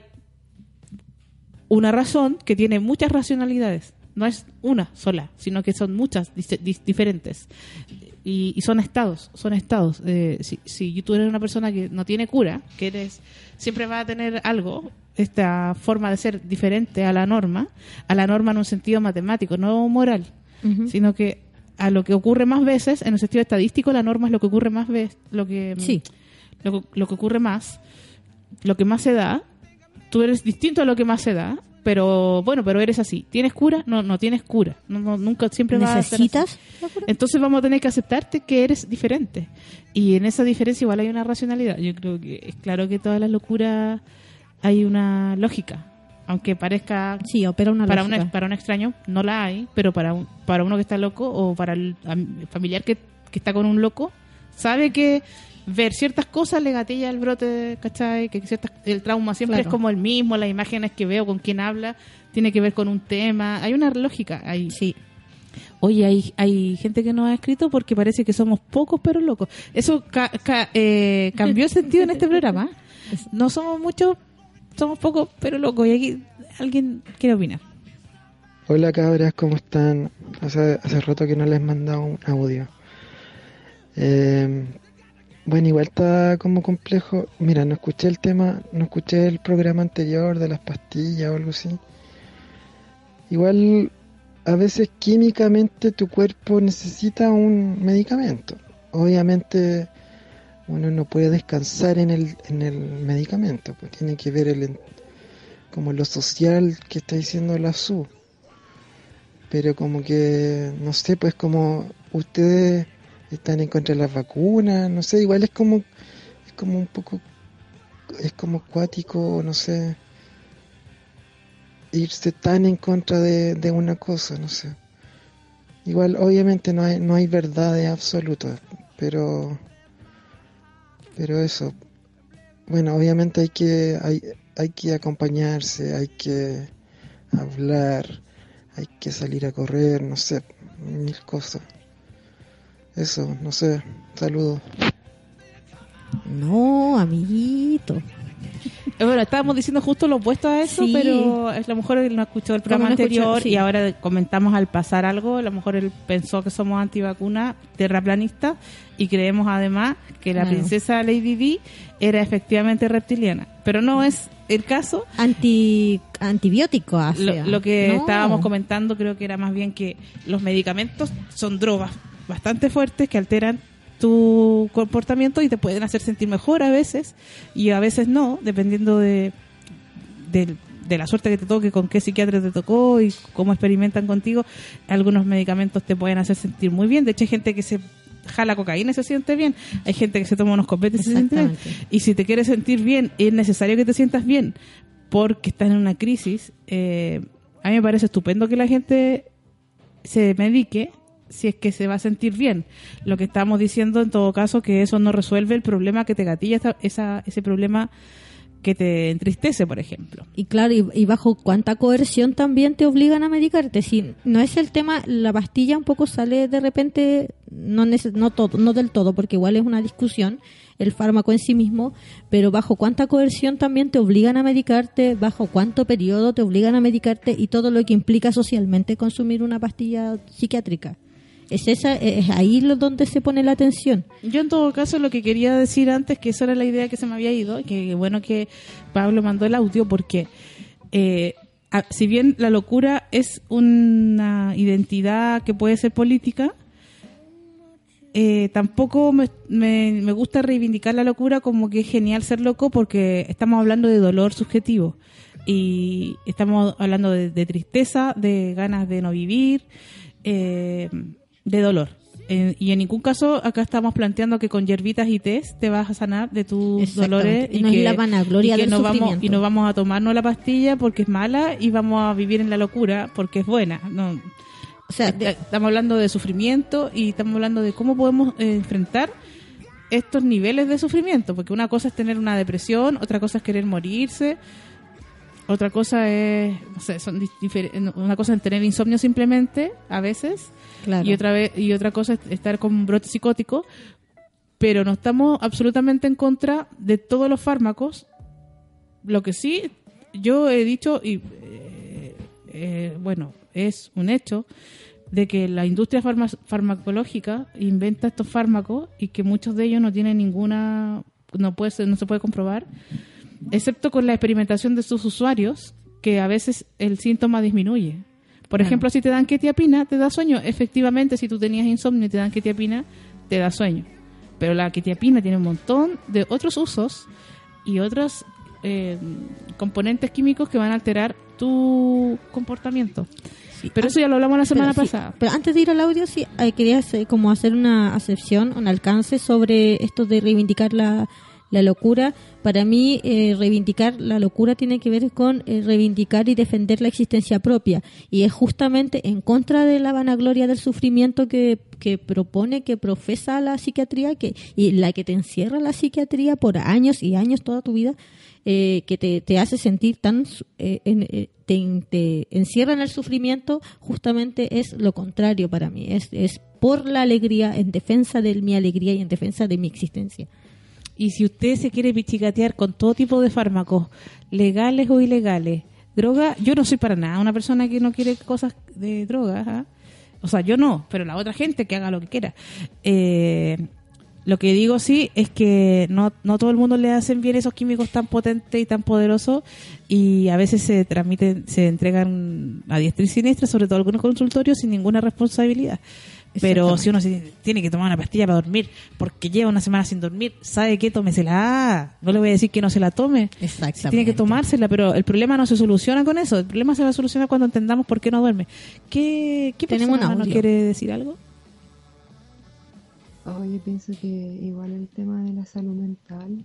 una razón que tiene muchas racionalidades, no es una sola, sino que son muchas dis- dis- diferentes, y, y son estados, son estados. Eh, si, si tú eres una persona que no tiene cura, que eres siempre va a tener algo, esta forma de ser diferente a la norma, a la norma en un sentido matemático, no moral, uh-huh. sino que a lo que ocurre más veces, en un sentido estadístico, la norma es lo que ocurre más veces, lo que, sí. lo, lo que ocurre más, lo que más se da. Tú eres distinto a lo que más se da, pero bueno, pero eres así. ¿Tienes cura? No, no tienes cura. No, no, nunca, siempre vas a ser así. ¿Necesitas? Entonces vamos a tener que aceptarte que eres diferente. Y en esa diferencia igual hay una racionalidad. Yo creo que es claro que todas las locuras hay una lógica. Aunque parezca... Sí, opera una para lógica. Un, para un extraño no la hay, pero para un, para uno que está loco o para el, el familiar que, que está con un loco, sabe que ver ciertas cosas le gatilla el brote, ¿cachai? Que ciertas, el trauma siempre claro. es como el mismo, las imágenes que veo, con quién habla, tiene que ver con un tema. Hay una lógica ahí. Sí. Oye, hay, hay gente que nos ha escrito porque parece que somos pocos pero locos. Eso ca, ca, eh, cambió el sentido en este programa. No somos muchos, somos pocos pero locos. Y aquí alguien quiere opinar. Hola cabras, ¿cómo están? Hace, hace rato que no les he mandado un audio. Eh... Bueno, igual está como complejo. Mira, no escuché el tema, no escuché el programa anterior de las pastillas o algo así. Igual, a veces químicamente tu cuerpo necesita un medicamento. Obviamente, uno no puede descansar en el en el medicamento, pues tiene que ver el como lo social que está diciendo la S U. Pero como que, no sé, pues como ustedes están en contra de las vacunas, no sé, igual es como es como un poco es como cuático, no sé, irse tan en contra de, de una cosa, no sé. Igual obviamente no hay no hay verdades absolutas, pero pero eso, bueno, obviamente hay que hay hay que acompañarse, hay que hablar, hay que salir a correr, no sé, mil cosas. Eso, no sé, saludos. No, amiguito. Bueno, estábamos diciendo justo lo opuesto a eso, Sí. pero a lo mejor él no escuchó el programa Como no escuchó, anterior sí. y ahora comentamos al pasar algo, a lo mejor él pensó que somos antivacunas, terraplanistas, y creemos además que la Claro. princesa Lady Di era efectivamente reptiliana. Pero no es el caso. Anti, antibiótico hace. Lo, lo que No. estábamos comentando creo que era más bien que los medicamentos son drogas bastante fuertes que alteran tu comportamiento y te pueden hacer sentir mejor a veces y a veces no, dependiendo de, de, de la suerte que te toque, con qué psiquiatra te tocó y cómo experimentan contigo. Algunos medicamentos te pueden hacer sentir muy bien. De hecho hay gente que se jala cocaína y se siente bien, hay gente que se toma unos copetes y se siente bien. Exactamente. Y si te quieres sentir bien, es necesario que te sientas bien porque estás en una crisis. eh, a mí me parece estupendo que la gente se medique si es que se va a sentir bien. Lo que estamos diciendo en todo caso que eso no resuelve el problema que te gatilla esa, esa, ese problema que te entristece, por ejemplo. Y claro, y, y bajo cuánta coerción también te obligan a medicarte. Si no es el tema, la pastilla un poco sale de repente, no neces- no todo, no del todo, porque igual es una discusión el fármaco en sí mismo, pero bajo cuánta coerción también te obligan a medicarte, bajo cuánto periodo te obligan a medicarte y todo lo que implica socialmente consumir una pastilla psiquiátrica. Es esa, es ahí lo donde se pone la atención. Yo en todo caso lo que quería decir antes, que esa era la idea que se me había ido, que bueno que Pablo mandó el audio porque eh, a- si bien la locura es una identidad que puede ser política, eh, tampoco me, me, me gusta reivindicar la locura como que es genial ser loco porque estamos hablando de dolor subjetivo y estamos hablando de, de tristeza, de ganas de no vivir, eh, de dolor. Eh, y en ningún caso acá estamos planteando que con hierbitas y tés te vas a sanar de tus Exactamente. dolores y No es que, la vanagloria y que del no vamos sufrimiento. y no vamos a tomarnos la pastilla porque es mala y vamos a vivir en la locura porque es buena. No, O sea, de- estamos hablando de sufrimiento y estamos hablando de cómo podemos eh, enfrentar estos niveles de sufrimiento, porque una cosa es tener una depresión, otra cosa es querer morirse, otra cosa es, no sé, son dis- difer- una cosa es tener insomnio simplemente a veces claro. y otra vez y otra cosa es estar con un brote psicótico, pero no estamos absolutamente en contra de todos los fármacos. Lo que sí yo he dicho y eh, eh, bueno, es un hecho de que la industria farma- farmacológica inventa estos fármacos y que muchos de ellos no tienen ninguna, no puede ser, no se puede comprobar, excepto con la experimentación de sus usuarios, que a veces el síntoma disminuye. Por Claro. ejemplo, si te dan quetiapina, te da sueño. Efectivamente, si tú tenías insomnio y te dan quetiapina, te da sueño. Pero la quetiapina tiene un montón de otros usos y otros eh, componentes químicos que van a alterar tu comportamiento. Sí. Pero eso ya lo hablamos la semana Pero sí, pasada. pero antes de ir al audio, sí, eh, quería hacer, como hacer una acepción, un alcance sobre esto de reivindicar la, la locura. Para mí, eh, reivindicar la locura tiene que ver con eh, reivindicar y defender la existencia propia. Y es justamente en contra de la vanagloria del sufrimiento que, que propone, que profesa la psiquiatría, que y la que te encierra la psiquiatría por años y años, toda tu vida, eh, que te, te hace sentir tan... Eh, en, eh, te, te encierra en el sufrimiento, justamente es lo contrario para mí. Es, es por la alegría, en defensa de mi alegría y en defensa de mi existencia. Y si usted se quiere pichicatear con todo tipo de fármacos, legales o ilegales, droga, yo no soy para nada una persona que no quiere cosas de drogas, ¿ah? O sea, yo no, pero la otra gente que haga lo que quiera. Eh, lo que digo sí es que no, no todo el mundo le hacen bien esos químicos tan potentes y tan poderosos y a veces se transmiten, se entregan a diestra y siniestra, sobre todo algunos consultorios sin ninguna responsabilidad. Pero si uno se tiene que tomar una pastilla para dormir porque lleva una semana sin dormir, ¿sabe qué? Tómesela. No le voy a decir que no se la tome. Exactamente. Tiene que tomársela, pero el problema no se soluciona con eso. El problema se va a solucionar cuando entendamos por qué no duerme. ¿Qué, qué Tenemos persona un no audio. quiere decir algo? Oh, yo pienso que igual el tema de la salud mental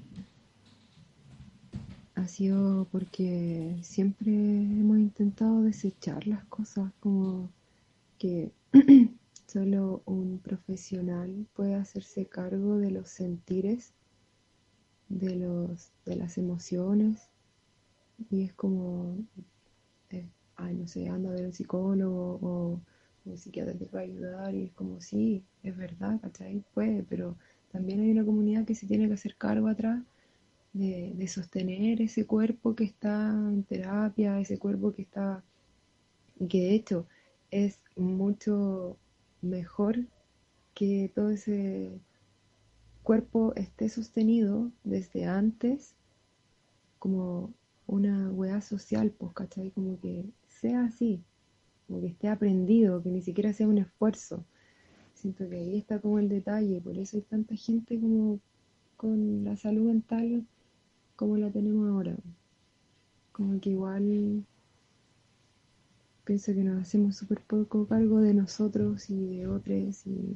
ha sido porque siempre hemos intentado desechar las cosas, como que solo un profesional puede hacerse cargo de los sentires, de los de las emociones, y es como, eh, ay, no sé, anda a ver un psicólogo o un psiquiatra te va a ayudar, y es como, sí, es verdad, ¿cachai? Puede, pero también hay una comunidad que se tiene que hacer cargo atrás de, de sostener ese cuerpo que está en terapia, ese cuerpo que está, y que de hecho es mucho mejor que todo ese cuerpo esté sostenido desde antes como una weá social, pues, ¿cachai? Como que sea así, como que esté aprendido, que ni siquiera sea un esfuerzo. Siento que ahí está como el detalle, por eso hay tanta gente como con la salud mental como la tenemos ahora. Como que igual pienso que nos hacemos súper poco cargo de nosotros y de otros y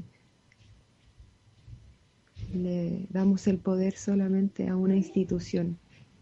le damos el poder solamente a una institución.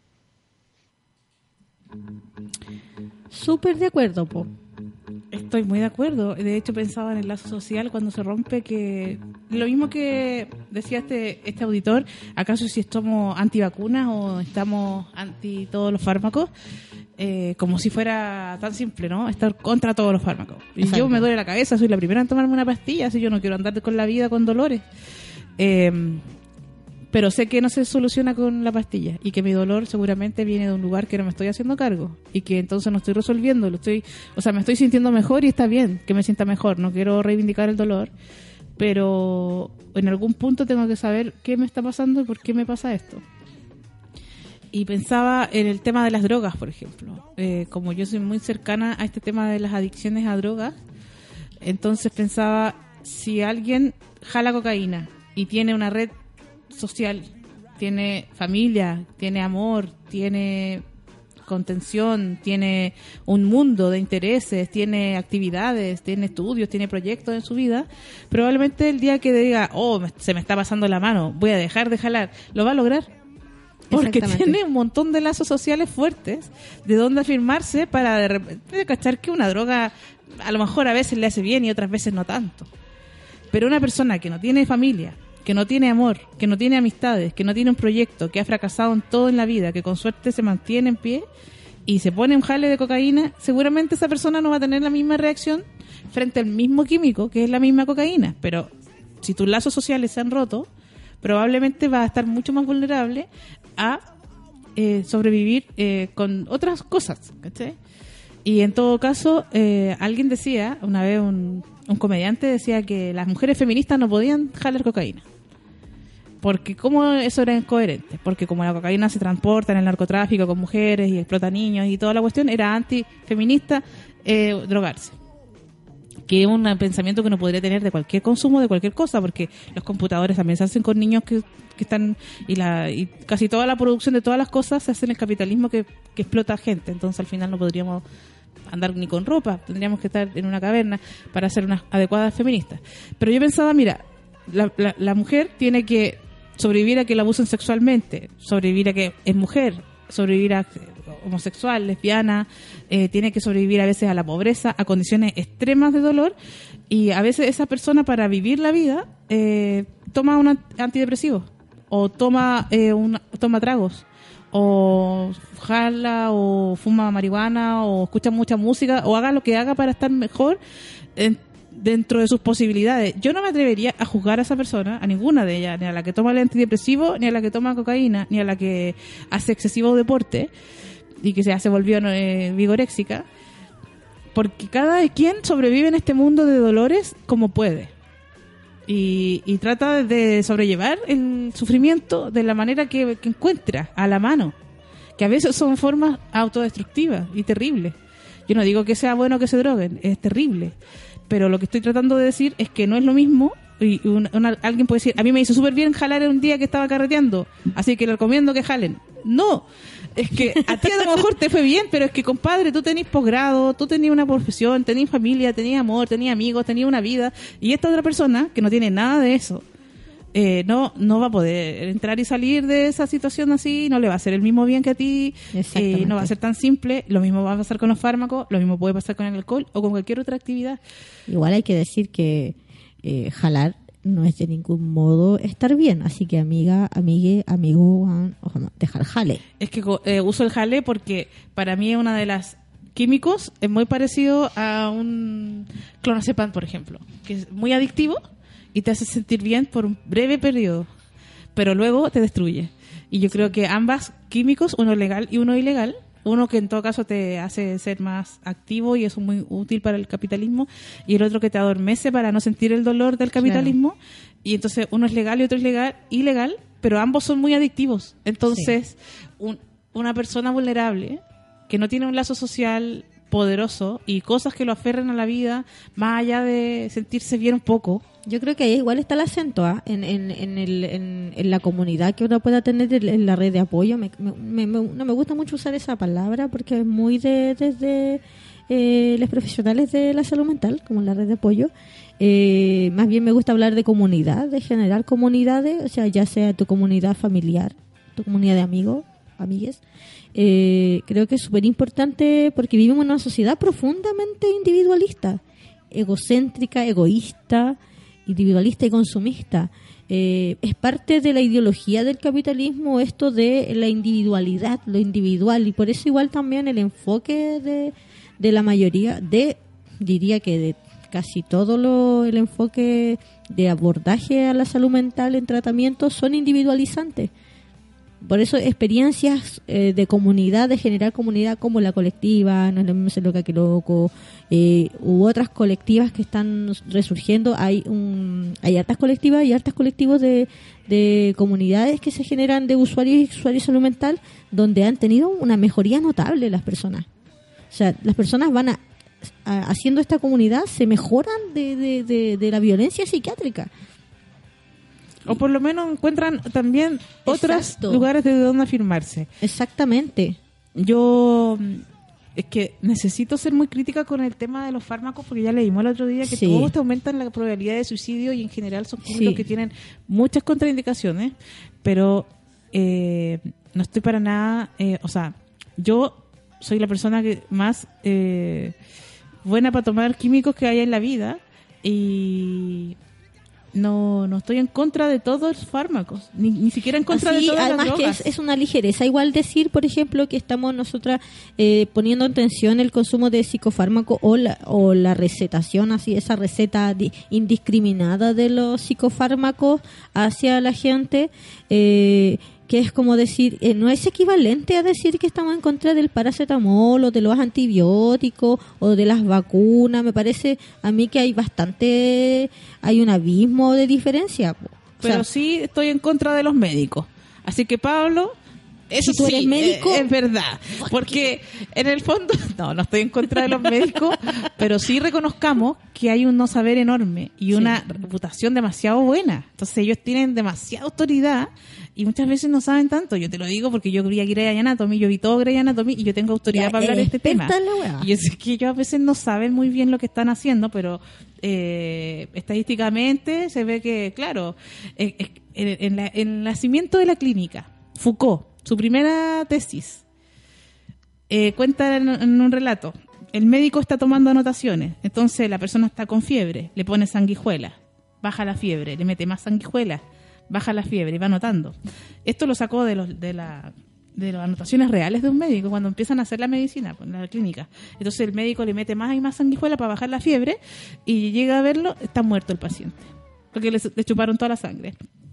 Súper de acuerdo, po. Estoy muy de acuerdo. De hecho, pensaba en el lazo social cuando se rompe, que lo mismo que decía este este auditor, ¿acaso si estamos antivacunas o estamos anti todos los fármacos? Eh, como si fuera tan simple, ¿no? Estar contra todos los fármacos. Y Exacto. yo me duele la cabeza, soy la primera en tomarme una pastilla, así yo no quiero andar con la vida con dolores. Eh, pero sé que no se soluciona con la pastilla y que mi dolor seguramente viene de un lugar que no me estoy haciendo cargo y que entonces no estoy resolviendo, lo estoy, o sea, me estoy sintiendo mejor y está bien que me sienta mejor, no quiero reivindicar el dolor, pero en algún punto tengo que saber qué me está pasando y por qué me pasa esto. Y pensaba en el tema de las drogas, por ejemplo. Eh, como yo soy muy cercana a este tema de las adicciones a drogas, entonces pensaba, si alguien jala cocaína y tiene una red social, tiene familia, tiene amor, tiene contención, tiene un mundo de intereses, tiene actividades, tiene estudios, tiene proyectos en su vida, probablemente el día que diga, oh, se me está pasando la mano, voy a dejar de jalar, lo va a lograr. Porque tiene un montón de lazos sociales fuertes de donde afirmarse para de repente cachar que una droga a lo mejor a veces le hace bien y otras veces no tanto. Pero una persona que no tiene familia, que no tiene amor, que no tiene amistades, que no tiene un proyecto, que ha fracasado en todo en la vida, que con suerte se mantiene en pie y se pone un jale de cocaína, seguramente esa persona no va a tener la misma reacción frente al mismo químico, que es la misma cocaína. Pero si tus lazos sociales se han roto, probablemente vas a estar mucho más vulnerable a eh, sobrevivir eh, con otras cosas, ¿cachai? Y en todo caso, eh, alguien decía, una vez un, un comediante decía que las mujeres feministas no podían jalar cocaína. Porque cómo eso era incoherente, porque como la cocaína se transporta en el narcotráfico con mujeres y explota niños y toda la cuestión, era antifeminista eh, drogarse. Que es un pensamiento que uno podría tener de cualquier consumo, de cualquier cosa, porque los computadores también se hacen con niños que, que están, y la y casi toda la producción de todas las cosas se hace en el capitalismo que, que explota gente, entonces al final no podríamos andar ni con ropa, tendríamos que estar en una caverna para ser unas adecuadas feministas. Pero yo pensaba, mira, la, la, la mujer tiene que sobrevivir a que la abusen sexualmente, sobrevivir a que es mujer, sobrevivir a homosexual, lesbiana, eh, tiene que sobrevivir a veces a la pobreza, a condiciones extremas de dolor, y a veces esa persona para vivir la vida eh, toma un antidepresivo o toma eh, un, toma tragos o jala o fuma marihuana o escucha mucha música o haga lo que haga para estar mejor en, dentro de sus posibilidades. Yo no me atrevería a juzgar a esa persona, a ninguna de ellas, ni a la que toma el antidepresivo, ni a la que toma cocaína, ni a la que hace excesivo deporte y que se, se volvió eh, vigoréxica, porque cada quien sobrevive en este mundo de dolores como puede y, y trata de sobrellevar el sufrimiento de la manera que, que encuentra a la mano, que a veces son formas autodestructivas y terribles. Yo no digo que sea bueno que se droguen, es terrible, pero lo que estoy tratando de decir es que no es lo mismo. Y una, una, alguien puede decir, a mí me hizo súper bien jalar un día que estaba carreteando, así que les recomiendo que jalen. No, es que a ti a lo mejor te fue bien, pero es que, compadre, tú tenés posgrado, tú tenías una profesión, tenías familia, tenías amor, tenías amigos, tenías una vida, y esta otra persona que no tiene nada de eso eh, no no va a poder entrar y salir de esa situación así, no le va a hacer el mismo bien que a ti, eh, no va a ser tan simple. Lo mismo va a pasar con los fármacos, lo mismo puede pasar con el alcohol o con cualquier otra actividad. Igual hay que decir que Eh, jalar no es de ningún modo estar bien, así que amiga, amigue, amigo, ojalá, dejar jale. Es que eh, uso el jale porque para mí es una de las químicos, es muy parecido a un clonazepam, por ejemplo, que es muy adictivo y te hace sentir bien por un breve periodo, pero luego te destruye. Y yo creo que ambas químicos, uno legal y uno ilegal, uno que en todo caso te hace ser más activo y es muy útil para el capitalismo, y el otro que te adormece para no sentir el dolor del capitalismo. Claro. Y entonces uno es legal y otro es legal, ilegal, pero ambos son muy adictivos. Entonces, sí. un, una persona vulnerable que no tiene un lazo social poderoso y cosas que lo aferren a la vida, más allá de sentirse bien un poco. Yo creo que ahí igual está el acento, ¿eh? en, en, en, el, en, en la comunidad que uno pueda tener en la red de apoyo. Me, me, me, no me gusta mucho usar esa palabra porque es muy de desde eh, los profesionales de la salud mental, como la red de apoyo. Eh, más bien me gusta hablar de comunidad, de generar comunidades, o sea, ya sea tu comunidad familiar, tu comunidad de amigos, amigues. Eh, creo que es súper importante porque vivimos en una sociedad profundamente individualista, egocéntrica, egoísta, individualista y consumista. Eh, es parte de la ideología del capitalismo esto de la individualidad, lo individual, y por eso igual también el enfoque de, de la mayoría, de diría que de casi todo lo, el enfoque de abordaje a la salud mental en tratamientos son individualizantes. Por eso experiencias eh, de comunidad, de generar comunidad como la colectiva, No es lo mismo ser loca que loco, eh, u otras colectivas que están resurgiendo. Hay un, hay hartas colectivas y hartas colectivos de, de comunidades que se generan de usuarios y usuarios de salud mental, donde han tenido una mejoría notable las personas. O sea, las personas van a, a haciendo esta comunidad, se mejoran de, de, de, de la violencia psiquiátrica. O por lo menos encuentran también otros lugares de donde afirmarse. Exactamente. Yo es que necesito ser muy crítica con el tema de los fármacos, porque ya leímos el otro día que sí. todos te aumentan la probabilidad de suicidio y en general son químicos sí. que tienen muchas contraindicaciones, pero eh, no estoy para nada... Eh, o sea, yo soy la persona que más eh, buena para tomar químicos que hay en la vida y... No, no estoy en contra de todos los fármacos, ni, ni siquiera en contra Así, de todas además las drogas. que es, es una ligereza. Igual decir, por ejemplo, que estamos nosotras eh, poniendo en tensión el consumo de psicofármacos o la, o la recetación, así esa receta di, indiscriminada de los psicofármacos hacia la gente, eh, que es como decir, eh, no es equivalente a decir que estamos en contra del paracetamol o de los antibióticos o de las vacunas. Me parece a mí que hay bastante, hay un abismo de diferencia. O Pero sea, sí estoy en contra de los médicos. Así que, Pablo, eso si tú sí, eres médico, es, es verdad. Porque en el fondo, no, no estoy en contra de los médicos, pero sí reconozcamos que hay un no saber enorme y una sí. reputación demasiado buena. Entonces ellos tienen demasiada autoridad y muchas veces no saben tanto. Yo te lo digo porque yo vi a Grey Anatomy, yo vi todo Grey Anatomy y yo tengo autoridad ya, para hablar de este tema. Y es que ellos a veces no saben muy bien lo que están haciendo, pero eh, estadísticamente se ve que, claro, eh, eh, en, en, la, en el nacimiento de la clínica, Foucault, su primera tesis, eh, cuenta en, en un relato, el médico está tomando anotaciones, entonces la persona está con fiebre, le pone sanguijuela, baja la fiebre, le mete más sanguijuela, baja la fiebre y va anotando. Esto lo sacó de los de la de las anotaciones reales de un médico cuando empiezan a hacer la medicina en la clínica. Entonces el médico le mete más y más sanguijuela para bajar la fiebre y llega a verlo, está muerto el paciente porque le, le chuparon toda la sangre.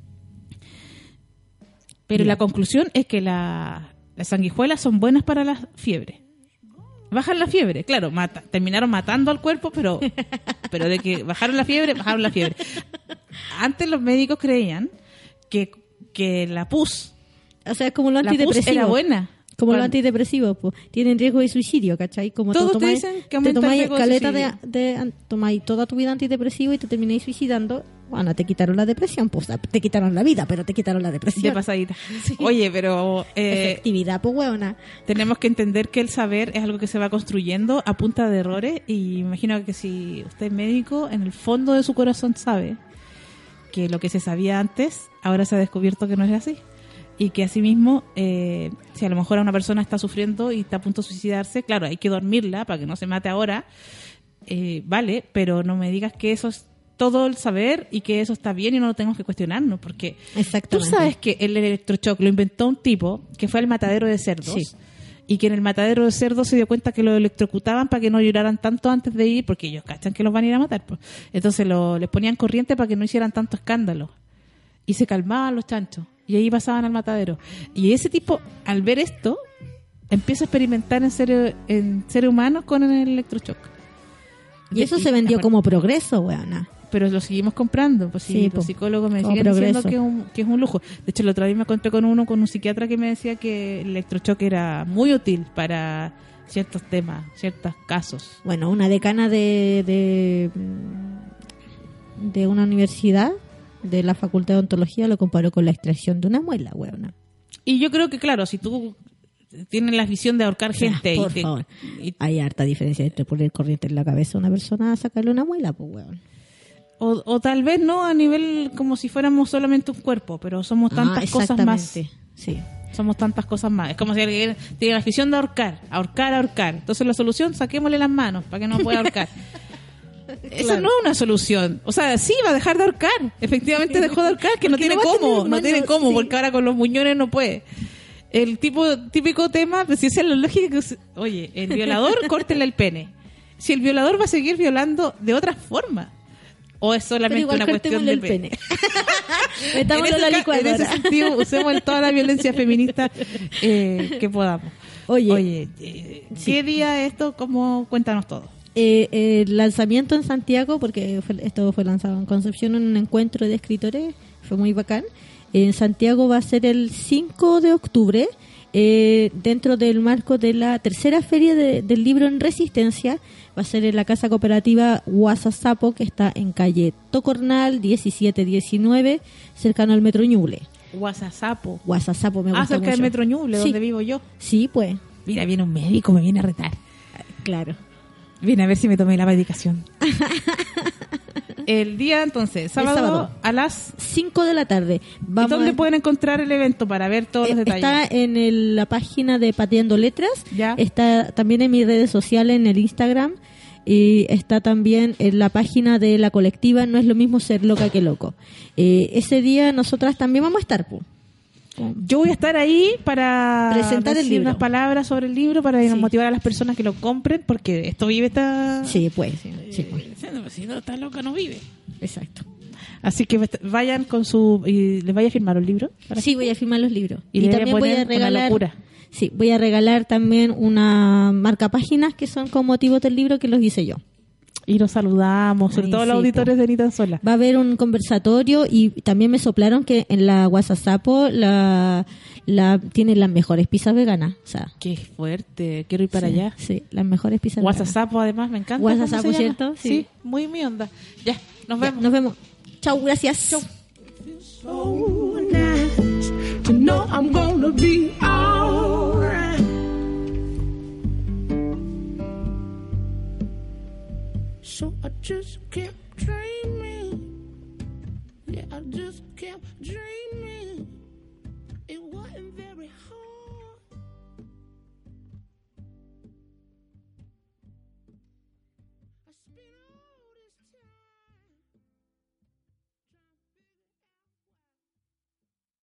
Pero Bien. La conclusión es que la, las sanguijuelas son buenas para la fiebre. Bajan la fiebre, claro, mata, terminaron matando al cuerpo, pero pero de que bajaron la fiebre, bajaron la fiebre. Antes los médicos creían que, que la pus, o sea, como lo antidepresivo, era buena. Como Cuando, los antidepresivos, pues, tienen riesgo de suicidio, ¿cachai? Como todos tomáis, te dicen que aumenta te tomáis el riesgo caleta de, de, de tomáis toda tu vida antidepresivo y te termináis suicidando. Bueno, te quitaron la depresión, pues te quitaron la vida, pero te quitaron la depresión. De pasadita. Sí. Oye, pero... Eh, efectividad, pues, huevona. Tenemos que entender que el saber es algo que se va construyendo a punta de errores y imagino que si usted es médico, en el fondo de su corazón sabe que lo que se sabía antes, ahora se ha descubierto que no es así. Y que asimismo, eh, si a lo mejor a una persona está sufriendo y está a punto de suicidarse, claro, hay que dormirla para que no se mate ahora, eh, vale, pero no me digas que eso es todo el saber y que eso está bien y no lo tenemos que cuestionarnos, porque tú sabes que el electroshock lo inventó un tipo que fue al matadero de cerdos, sí. Y que en el matadero de cerdos se dio cuenta que lo electrocutaban para que no lloraran tanto antes de ir, porque ellos cachan que los van a ir a matar, pues. Entonces lo, les ponían corriente para que no hicieran tanto escándalo y se calmaban los chanchos. y ahí pasaban al matadero. Y ese tipo, al ver esto, empieza a experimentar en seres en seres humanos con el electroshock. Y, y eso y, se vendió aparte, como progreso, weona. Pero lo seguimos comprando, pues sí, sí los po, psicólogos me siguen diciendo que es, un, que es un lujo. De hecho, el otro día me encontré con uno, con un psiquiatra que me decía que el electroshock era muy útil para ciertos temas, ciertos casos. Bueno, una decana de de, de una universidad, de la Facultad de Odontología, lo comparó con la extracción de una muela, weona. Y yo creo que, claro, si tú tienes la visión de ahorcar gente... Ya, por y te, favor. Y, hay harta diferencia entre poner corriente en la cabeza a una persona a sacarle una muela, pues, weón. O, o tal vez no a nivel como si fuéramos solamente un cuerpo, pero somos tantas ah, cosas más. Sí. Somos tantas cosas más. Es como si alguien tiene la afición de ahorcar, ahorcar, ahorcar. Entonces la solución, saquémosle las manos para que no pueda ahorcar. Eso claro. No es una solución. O sea, sí, va a dejar de ahorcar. Efectivamente dejó de ahorcar, que no tiene no cómo. No tiene cómo, sí. Porque ahora con los muñones no puede. El tipo típico tema, pues si esa es la lógica que... Oye, el violador, córtenle el pene. Si el violador va a seguir violando de otra forma. ¿O es solamente una cuestión de pene? Metámoslo en la licuadora. En ese sentido, usemos toda la violencia feminista eh, que podamos. Oye, Oye eh, ¿qué sí. día esto? ¿Cómo? Cuéntanos todo. Eh, eh, el lanzamiento en Santiago, porque fue, esto fue lanzado en Concepción en un encuentro de escritores, fue muy bacán. En Santiago va a ser el cinco de octubre, eh, dentro del marco de la tercera feria de, del libro en Resistencia. Va a ser en la Casa Cooperativa Guasasapo, que está en calle Tocornal diecisiete diecinueve, cercano al Metro Ñuble. Guasasapo. Guasasapo, me gusta Ah, cerca mucho. del Metro Ñuble, sí. Donde vivo yo. Sí, pues. Mira, viene un médico, me viene a retar. Claro. Viene a ver si me tomé la medicación. El día, entonces, sábado, sábado a las cinco de la tarde. Vamos ¿Y dónde a... pueden encontrar el evento para ver todos eh, los detalles? Está en el, la página de Pateando Letras. ¿Ya? Está también en mis redes sociales, en el Instagram. Y está también en la página de la colectiva No es lo mismo ser loca que loco. Eh, ese día nosotras también vamos a estar, pues. Yo voy a estar ahí para presentar decir el libro. unas palabras sobre el libro para sí. motivar a las personas que lo compren, porque esto vive esta... Sí, pues. Sí, sí, pues. Si no está loca, no vive. Exacto. Así que vayan con su... ¿Y les vaya a firmar el libro? Sí, voy a firmar los libros. Y, y también voy a regalar... Una locura. Sí, voy a regalar también una marca páginas que son con motivos del libro que los hice yo. Y los saludamos, sobre Ay, todo sí, los auditores de Ni Tan Sola. Va a haber un conversatorio y también me soplaron que en la Guasasapo la, la tienen las mejores pizzas veganas. O sea, qué fuerte, quiero ir para sí, allá. Sí, las mejores pizzas Guasasapo, además, me encanta. Guasasapo, ¿cierto? Sí. sí, muy mi onda. Ya, nos vemos. Ya, nos vemos. Chau, gracias. Chau. So nice to know I'm gonna be alright. So I just kept dreaming. Yeah, I just kept dreaming. It wasn't there.